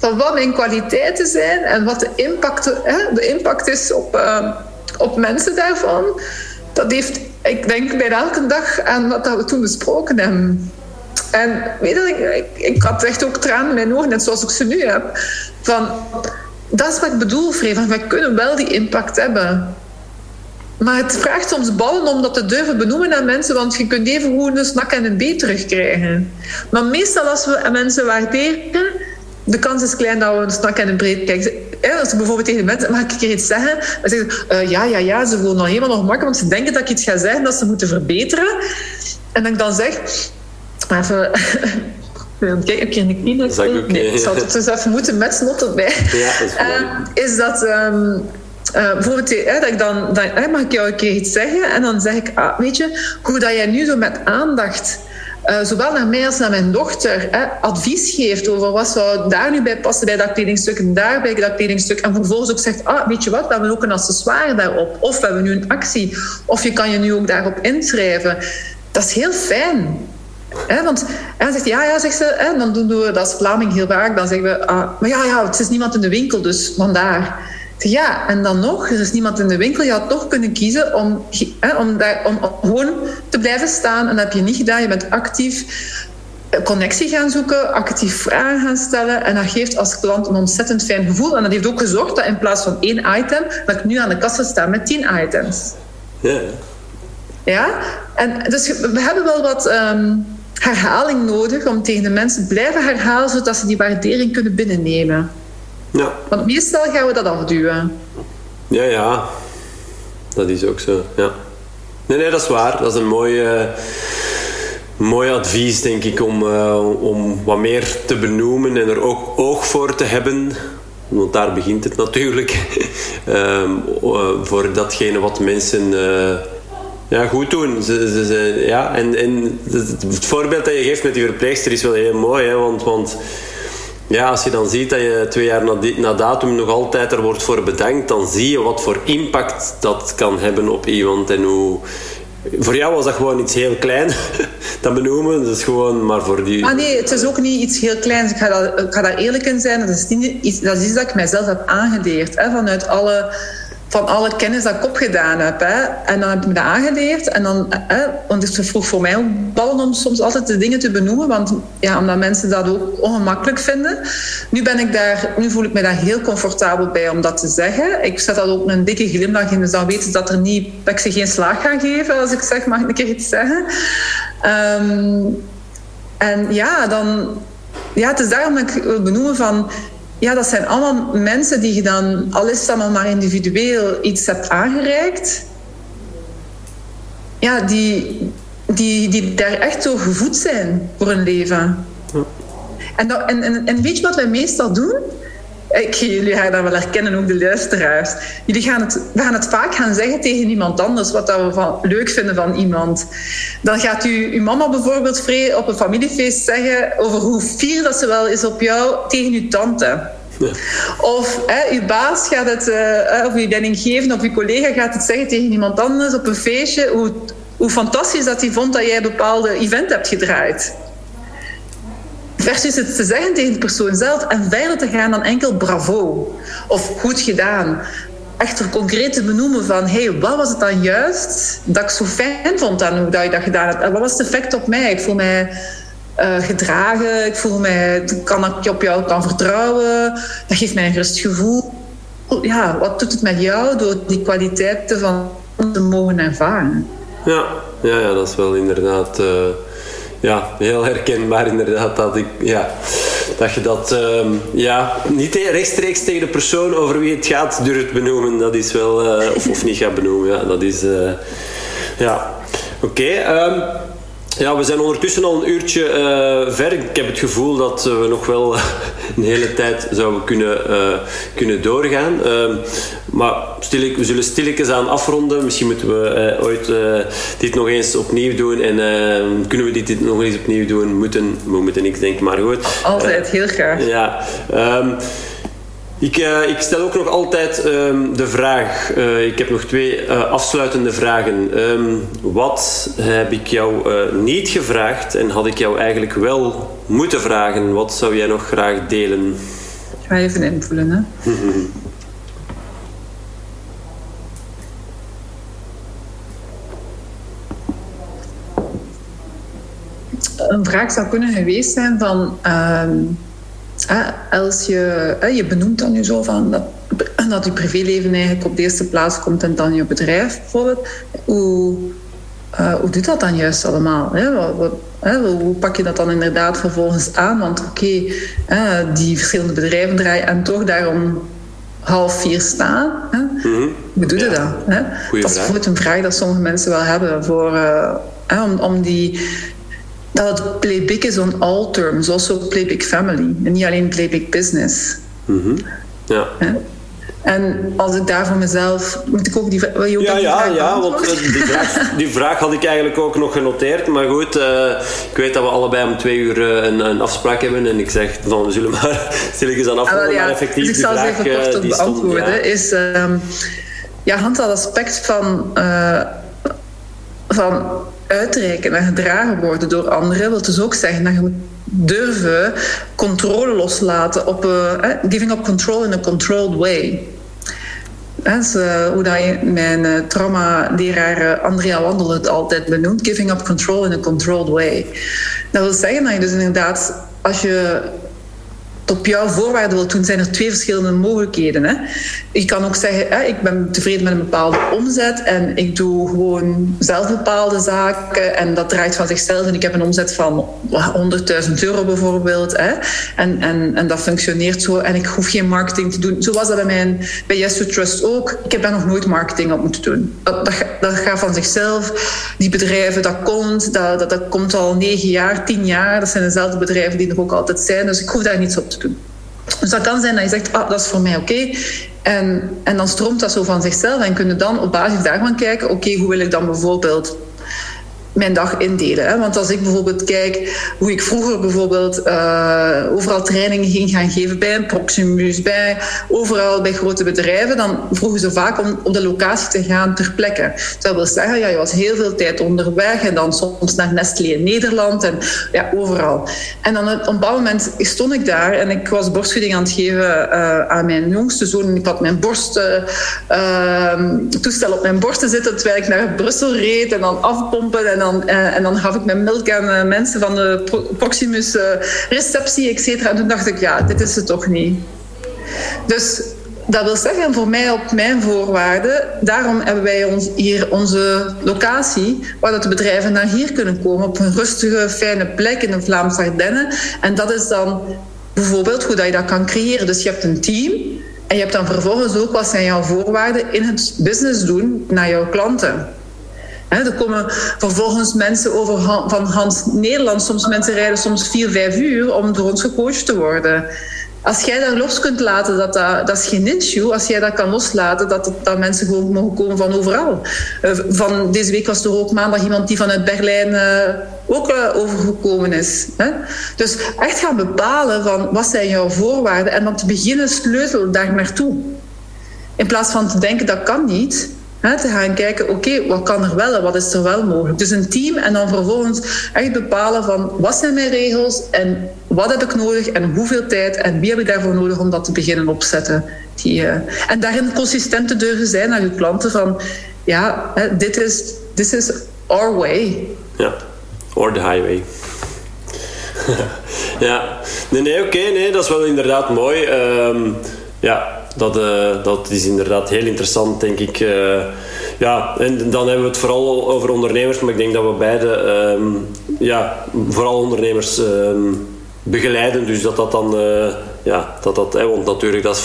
van wat mijn kwaliteiten zijn en wat de impact is op mensen daarvan. Dat heeft, ik denk, bij elke dag aan wat we toen besproken hebben. En weet je, ik had echt ook tranen in mijn ogen, net zoals ik ze nu heb. Van, dat is wat ik bedoel, Free. Van, wij kunnen wel die impact hebben. Maar het vraagt soms ballen om dat te durven benoemen aan mensen, want je kunt even gewoon een snak en een beet terugkrijgen. Maar meestal als we mensen waarderen, de kans is klein dat we een snak en een beet krijgen. Als ik bijvoorbeeld tegen de mensen, mag ik hier iets zeggen? Dan zeggen ze, ja, ze voelen nog helemaal nog makkelijk, want ze denken dat ik iets ga zeggen dat ze moeten verbeteren. En dat ik dan zeg... Even... Kijk, heb ik hier een knie? Nee, ik zal het dus even moeten met snot erbij. Ja, is dat... bijvoorbeeld, dat ik dan mag ik jou een keer iets zeggen? En dan zeg ik, weet je, hoe dat jij nu zo met aandacht... zowel naar mij als naar mijn dochter advies geeft over wat zou daar nu bij passen bij dat kledingstuk en daar bij dat kledingstuk. En vervolgens ook zegt, weet je wat, we hebben ook een accessoire daarop. Of we hebben nu een actie. Of je kan je nu ook daarop inschrijven. Dat is heel fijn. Want dan zegt ja, zegt ze, dan doen we dat als Vlaming heel vaak. Dan zeggen we, maar ja, het is niemand in de winkel, dus vandaar. Ja, en dan nog, er is niemand in de winkel. Je had toch kunnen kiezen om gewoon te blijven staan. En dat heb je niet gedaan. Je bent actief connectie gaan zoeken, actief vragen gaan stellen. En dat geeft als klant een ontzettend fijn gevoel. En dat heeft ook gezorgd dat in plaats van 1 item, dat ik nu aan de kassa sta met 10 items. Ja? En dus we hebben wel wat herhaling nodig om tegen de mensen te blijven herhalen, zodat ze die waardering kunnen binnennemen. Ja. Want meestal gaan we dat afduwen. Ja. Dat is ook zo, ja. Nee, dat is waar. Dat is een mooi advies, denk ik, om wat meer te benoemen en er ook oog voor te hebben. Want daar begint het natuurlijk. Voor datgene wat mensen... goed doen. En het voorbeeld dat je geeft met die verpleegster is wel heel mooi. Hè? Want als je dan ziet dat je 2 jaar na datum nog altijd er wordt voor bedankt, dan zie je wat voor impact dat kan hebben op iemand. En hoe... Voor jou was dat gewoon iets heel klein, dat benoemen. Dat is gewoon maar voor die... nee, het is ook niet iets heel kleins. Ik ga daar eerlijk in zijn. Dat is iets dat ik mijzelf heb aangeleerd. Vanuit alle kennis dat ik opgedaan heb. En dan heb ik me dat aangeleerd. En dan, want het vroeg voor mij ook ballen om soms altijd de dingen te benoemen. Want omdat mensen dat ook ongemakkelijk vinden. Nu voel ik me daar heel comfortabel bij om dat te zeggen. Ik zet dat ook een dikke glimlach in. Dus dan weten ze dat ik ze geen slaag ga geven. Als ik zeg, mag ik een keer iets zeggen? Het is daarom dat ik wil benoemen van... Ja, dat zijn allemaal mensen die je dan, al is het allemaal maar individueel, iets hebt aangereikt. Ja, die daar echt zo gevoed zijn voor hun leven. Ja. En weet je wat wij meestal doen? Jullie gaan dat wel herkennen, ook de luisteraars. We gaan het vaak gaan zeggen tegen iemand anders, wat dat we leuk vinden van iemand. Dan gaat uw mama bijvoorbeeld op een familiefeest zeggen over hoe fier dat ze wel is op jou tegen uw tante. Ja. Of uw baas gaat het, of uw leidinggevende of uw collega gaat het zeggen tegen iemand anders op een feestje, hoe fantastisch dat hij vond dat jij een bepaalde event hebt gedraaid. Versus het te zeggen tegen de persoon zelf en verder te gaan dan enkel bravo of goed gedaan. Echt concreet te benoemen van wat was het dan juist dat ik zo fijn vond aan hoe dat je dat gedaan hebt. En wat was het effect op mij? Ik voel mij gedragen, ik kan dat ik op jou kan vertrouwen. Dat geeft mij een gerust gevoel. Ja, wat doet het met jou door die kwaliteiten van te mogen ervaren? Ja, dat is wel inderdaad... heel herkenbaar inderdaad dat je dat niet rechtstreeks tegen de persoon over wie het gaat durft benoemen. Dat is wel... of niet gaat benoemen. Ja, dat is... Oké. We zijn ondertussen al een uurtje ver. Ik heb het gevoel dat we nog wel een hele tijd zouden kunnen doorgaan. Maar we zullen stilletjes aan afronden. Misschien moeten we ooit dit nog eens opnieuw doen. En kunnen we dit nog eens opnieuw doen? We moeten niks denken, maar goed. Altijd, heel graag. Ja. Ik stel ook nog altijd de vraag. Ik heb nog 2 afsluitende vragen. Wat heb ik jou niet gevraagd en had ik jou eigenlijk wel moeten vragen? Wat zou jij nog graag delen? Ik ga even invoelen, hè. Een vraag zou kunnen geweest zijn van... als je benoemt dan nu zo van dat je privéleven eigenlijk op de eerste plaats komt en dan je bedrijf bijvoorbeeld. Hoe doet dat dan juist allemaal? Hoe pak je dat dan inderdaad vervolgens aan? Want die verschillende bedrijven draaien en toch daar om 3:30 staan. Hoe doe je dat? Dat is bijvoorbeeld een vraag dat sommige mensen wel hebben voor, om die... Dat het play big is on all terms, also play big family. En niet alleen play big business. Ja. En als ik daar voor mezelf... Moet ik ook die vraag want die vraag had ik eigenlijk ook nog genoteerd. Maar goed, ik weet dat we allebei om 2:00 een afspraak hebben. En ik zeg van, we zullen maar stilletjes aan afronden. Maar effectief, dus ik zal het even kort beantwoorden. Is Hans, dat aspect van uitreiken en gedragen worden door anderen, wil dus ook zeggen dat je moet durven controle loslaten op giving up control in a controlled way. Dus, hoe dat mijn trauma-leraar Andrea Wandel het altijd benoemt, giving up control in a controlled way. Dat wil zeggen dat je dus inderdaad, als je op jouw voorwaarden wilt doen, zijn er 2 verschillende mogelijkheden. Hè. Je kan ook zeggen, ik ben tevreden met een bepaalde omzet en ik doe gewoon zelf bepaalde zaken en dat draait van zichzelf en ik heb een omzet van €100.000 bijvoorbeeld. Hè. En dat functioneert zo en ik hoef geen marketing te doen. Zo was dat bij Yes to Trust ook. Ik heb daar nog nooit marketing op moeten doen. Dat gaat van zichzelf. Die bedrijven, dat komt al 9 jaar, 10 jaar. Dat zijn dezelfde bedrijven die er ook altijd zijn. Dus ik hoef daar niets op te doen. Dus dat kan zijn dat je zegt, dat is voor mij oké. En dan stroomt dat zo van zichzelf. En kun je dan op basis daarvan kijken, hoe wil ik dan bijvoorbeeld mijn dag indelen. Hè? Want als ik bijvoorbeeld kijk hoe ik vroeger bijvoorbeeld overal trainingen ging gaan geven bij een Proximus, overal bij grote bedrijven, dan vroegen ze vaak om op de locatie te gaan ter plekke. Dat wil zeggen, je was heel veel tijd onderweg en dan soms naar Nestlé in Nederland en overal. En dan op een bepaald moment stond ik daar en ik was borstvoeding aan het geven aan mijn jongste zoon en ik had mijn toestel op mijn borst te zitten terwijl ik naar Brussel reed en dan afpompen en dan gaf ik mijn melk aan mensen van de Proximus receptie, et cetera. En toen dacht ik, dit is het toch niet. Dus dat wil zeggen, voor mij op mijn voorwaarden, daarom hebben wij hier onze locatie, waar dat de bedrijven naar hier kunnen komen, op een rustige, fijne plek in de Vlaamse Ardennen. En dat is dan bijvoorbeeld hoe dat je dat kan creëren. Dus je hebt een team en je hebt dan vervolgens ook wat zijn jouw voorwaarden in het business doen naar jouw klanten. Er komen vervolgens mensen over van Hans Nederland. Soms mensen rijden soms 4-5 uur om door ons gecoacht te worden. Als jij dat los kunt laten, dat is geen issue. Als jij dat kan loslaten, dat mensen gewoon mogen komen van overal. Van deze week was er ook maandag iemand die vanuit Berlijn ook overgekomen is. Hè? Dus echt gaan bepalen van wat zijn jouw voorwaarden en dan te beginnen sleutel daar naartoe. In plaats van te denken dat kan niet. Te gaan kijken, wat kan er wel en wat is er wel mogelijk. Dus een team en dan vervolgens echt bepalen van wat zijn mijn regels en wat heb ik nodig en hoeveel tijd en wie heb ik daarvoor nodig om dat te beginnen opzetten. En daarin consistent te durven zijn naar je klanten van this is our way. Ja, or the highway. Ja, nee, dat is wel inderdaad mooi. Dat is inderdaad heel interessant, denk ik. En dan hebben we het vooral over ondernemers, maar ik denk dat we beide vooral ondernemers begeleiden. Dus dat dan, want natuurlijk dat is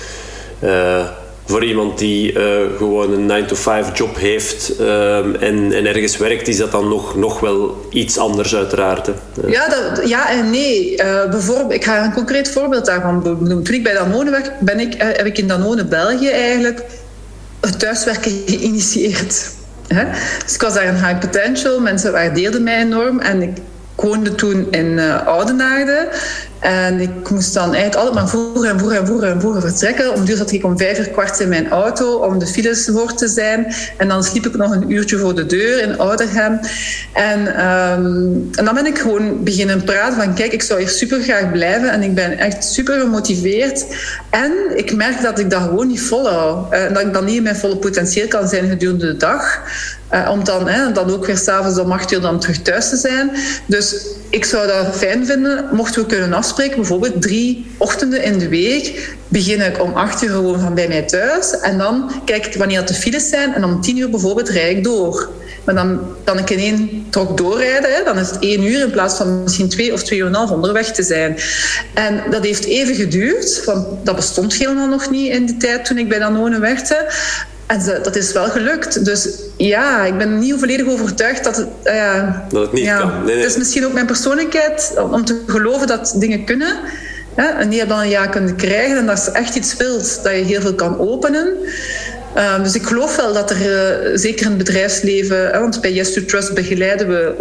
voor iemand die gewoon een 9-to-5 job heeft en ergens werkt, is dat dan nog wel iets anders uiteraard. Hè. Ja en nee. Bijvoorbeeld, ik ga een concreet voorbeeld daarvan benoemen. Toen ik bij Danone werk, heb ik in Danone België eigenlijk het thuiswerken geïnitieerd. Dus ik was daar een high potential, mensen waardeerden mij enorm en ik woonde toen in Oudenaarde. En ik moest dan eigenlijk altijd maar vroeger vertrekken. Om duur zat ik om 5:15 in mijn auto om de files voor te zijn. En dan sliep ik nog een uurtje voor de deur in Ouderhem. En dan ben ik gewoon beginnen praten van kijk, ik zou hier super graag blijven. En ik ben echt super gemotiveerd. En ik merk dat ik dat gewoon niet volhoud. Dat ik dan niet in mijn volle potentieel kan zijn gedurende de dag. Om dan ook weer s'avonds om 8:00 dan terug thuis te zijn. Dus ik zou dat fijn vinden, mochten we kunnen afspreken. Bijvoorbeeld 3 ochtenden in de week begin ik om 8:00 gewoon van bij mij thuis. En dan kijk ik wanneer de files zijn. En om 10:00 bijvoorbeeld rijd ik door. Maar dan kan ik in 1 trok doorrijden. Hè. Dan is het 1 uur in plaats van misschien 2 of 2,5 uur onderweg te zijn. En dat heeft even geduurd. Want dat bestond helemaal nog niet in die tijd toen ik bij Danone werkte. En dat is wel gelukt. Dus ja, ik ben niet volledig overtuigd dat het... dat het niet kan. Nee. Het is misschien ook mijn persoonlijkheid om te geloven dat dingen kunnen. En die dan een ja kunnen krijgen. En dat is echt iets wilt, dat je heel veel kan openen. Dus ik geloof wel dat er, zeker in het bedrijfsleven... want bij Yes to Trust begeleiden we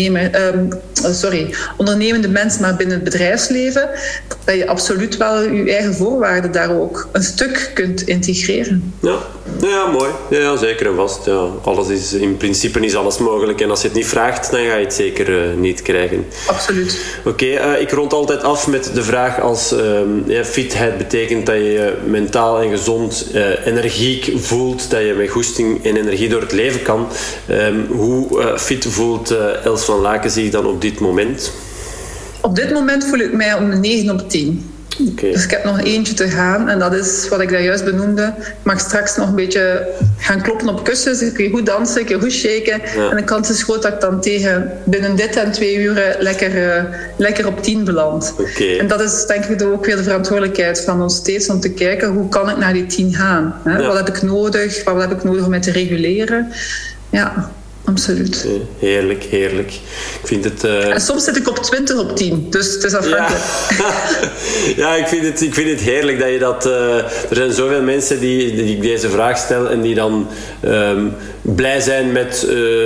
ondernemende mensen, maar binnen het bedrijfsleven... dat je absoluut wel je eigen voorwaarden daar ook een stuk kunt integreren. Ja, mooi. Ja, zeker en vast. Ja, in principe is alles mogelijk. En als je het niet vraagt, dan ga je het zeker niet krijgen. Absoluut. Oké, ik rond altijd af met de vraag als fitheid betekent dat je je mentaal en gezond energiek voelt, dat je met goesting en energie door het leven kan. Hoe fit voelt Els van Laken zich dan op dit moment? Op dit moment voel ik mij om 9 op 10. Okay. Dus ik heb nog eentje te gaan en dat is wat ik daar juist benoemde. Ik mag straks nog een beetje gaan kloppen op kussens. Ik kan goed dansen, ik kan goed shaken. Ja. En de kans is groot dat ik dan tegen binnen dit en 2 uur lekker op 10 beland. Okay. En dat is denk ik ook weer de verantwoordelijkheid van ons steeds om te kijken hoe kan ik naar die 10 gaan. Hè? Ja. Wat heb ik nodig? Wat heb ik nodig om mij te reguleren? Ja. Absoluut. Heerlijk. Ik vind het... En soms zit ik op 20 op 10, dus het is afhankelijk. Ja, ik vind het heerlijk dat je dat... er zijn zoveel mensen die deze vraag stellen en die dan blij zijn met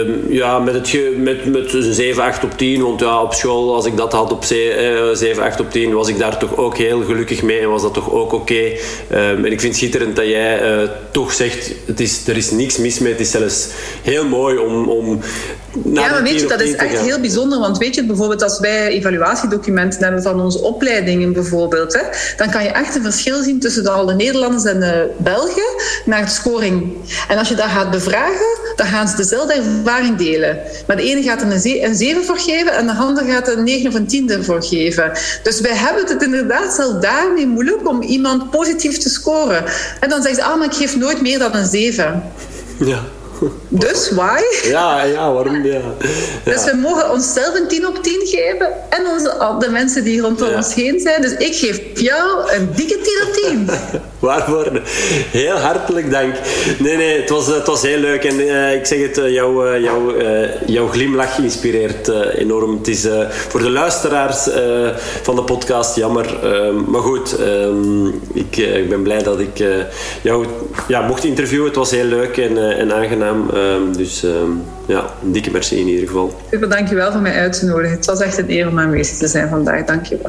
een 7, 8 op 10. Want ja, op school, als ik dat had op 7, 8 op 10, was ik daar toch ook heel gelukkig mee en was dat toch ook oké. En ik vind het schitterend dat jij toch zegt, er is niks mis mee. Het is zelfs heel mooi om maar weet je, dat is echt heel bijzonder. Want weet je, bijvoorbeeld als wij evaluatiedocumenten hebben van onze opleidingen bijvoorbeeld, dan kan je echt een verschil zien tussen al de Nederlanders en de Belgen naar de scoring. En als je dat gaat bevragen, dan gaan ze dezelfde ervaring delen. Maar de ene gaat er een 7 voor geven en de ander gaat er een 9 of een 10 ervoor geven. Dus wij hebben het inderdaad zelfs daarmee moeilijk om iemand positief te scoren. En dan zeggen ze, maar ik geef nooit meer dan een 7. Ja. Dus, why? Ja, waarom? Ja. Dus we mogen onszelf een 10 op 10 geven en de mensen die rondom ons heen zijn. Dus ik geef jou een dikke 10 op 10. Waarvoor? Heel hartelijk dank. Nee, het was heel leuk. En ik zeg het, jouw glimlach inspireert enorm. Het is voor de luisteraars van de podcast jammer. Maar goed, ik ben blij dat ik jou mocht interviewen. Het was heel leuk en aangenaam. Dus een dikke merci in ieder geval. Super, dankjewel voor mij uit te nodigen. Het was echt een eer om aanwezig te zijn vandaag. Dankjewel.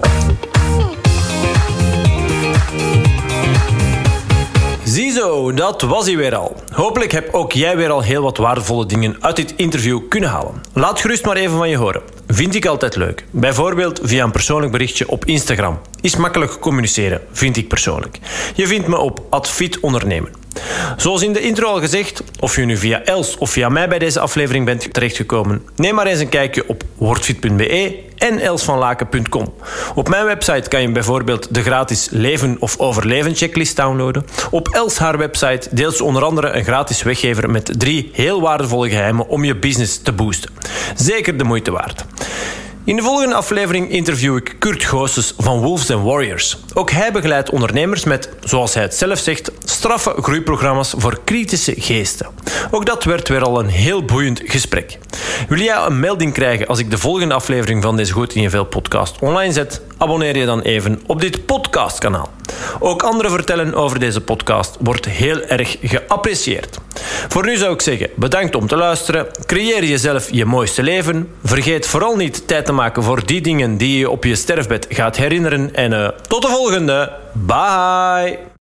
Ziezo, dat was hij weer al. Hopelijk heb ook jij weer al heel wat waardevolle dingen uit dit interview kunnen halen. Laat gerust maar even van je horen. Vind ik altijd leuk. Bijvoorbeeld via een persoonlijk berichtje op Instagram. Is makkelijk communiceren, vind ik persoonlijk. Je vindt me op @fitondernemen. Zoals in de intro al gezegd, of je nu via Els of via mij bij deze aflevering bent terechtgekomen, neem maar eens een kijkje op wordfit.be en elsvanlaken.com. Op mijn website kan je bijvoorbeeld de gratis leven of overleven checklist downloaden. Op Els haar website deelt ze onder andere een gratis weggever met 3 heel waardevolle geheimen om je business te boosten. Zeker de moeite waard. In de volgende aflevering interview ik Kurt Goossens van Wolves & Warriors. Ook hij begeleidt ondernemers met, zoals hij het zelf zegt, straffe groeiprogramma's voor kritische geesten. Ook dat werd weer al een heel boeiend gesprek. Wil jij een melding krijgen als ik de volgende aflevering van deze Goed in je Vel podcast online zet? Abonneer je dan even op dit podcastkanaal. Ook anderen vertellen over deze podcast wordt heel erg geapprecieerd. Voor nu zou ik zeggen, bedankt om te luisteren. Creëer jezelf je mooiste leven. Vergeet vooral niet tijd te maken voor die dingen die je op je sterfbed gaat herinneren. En tot de volgende. Bye!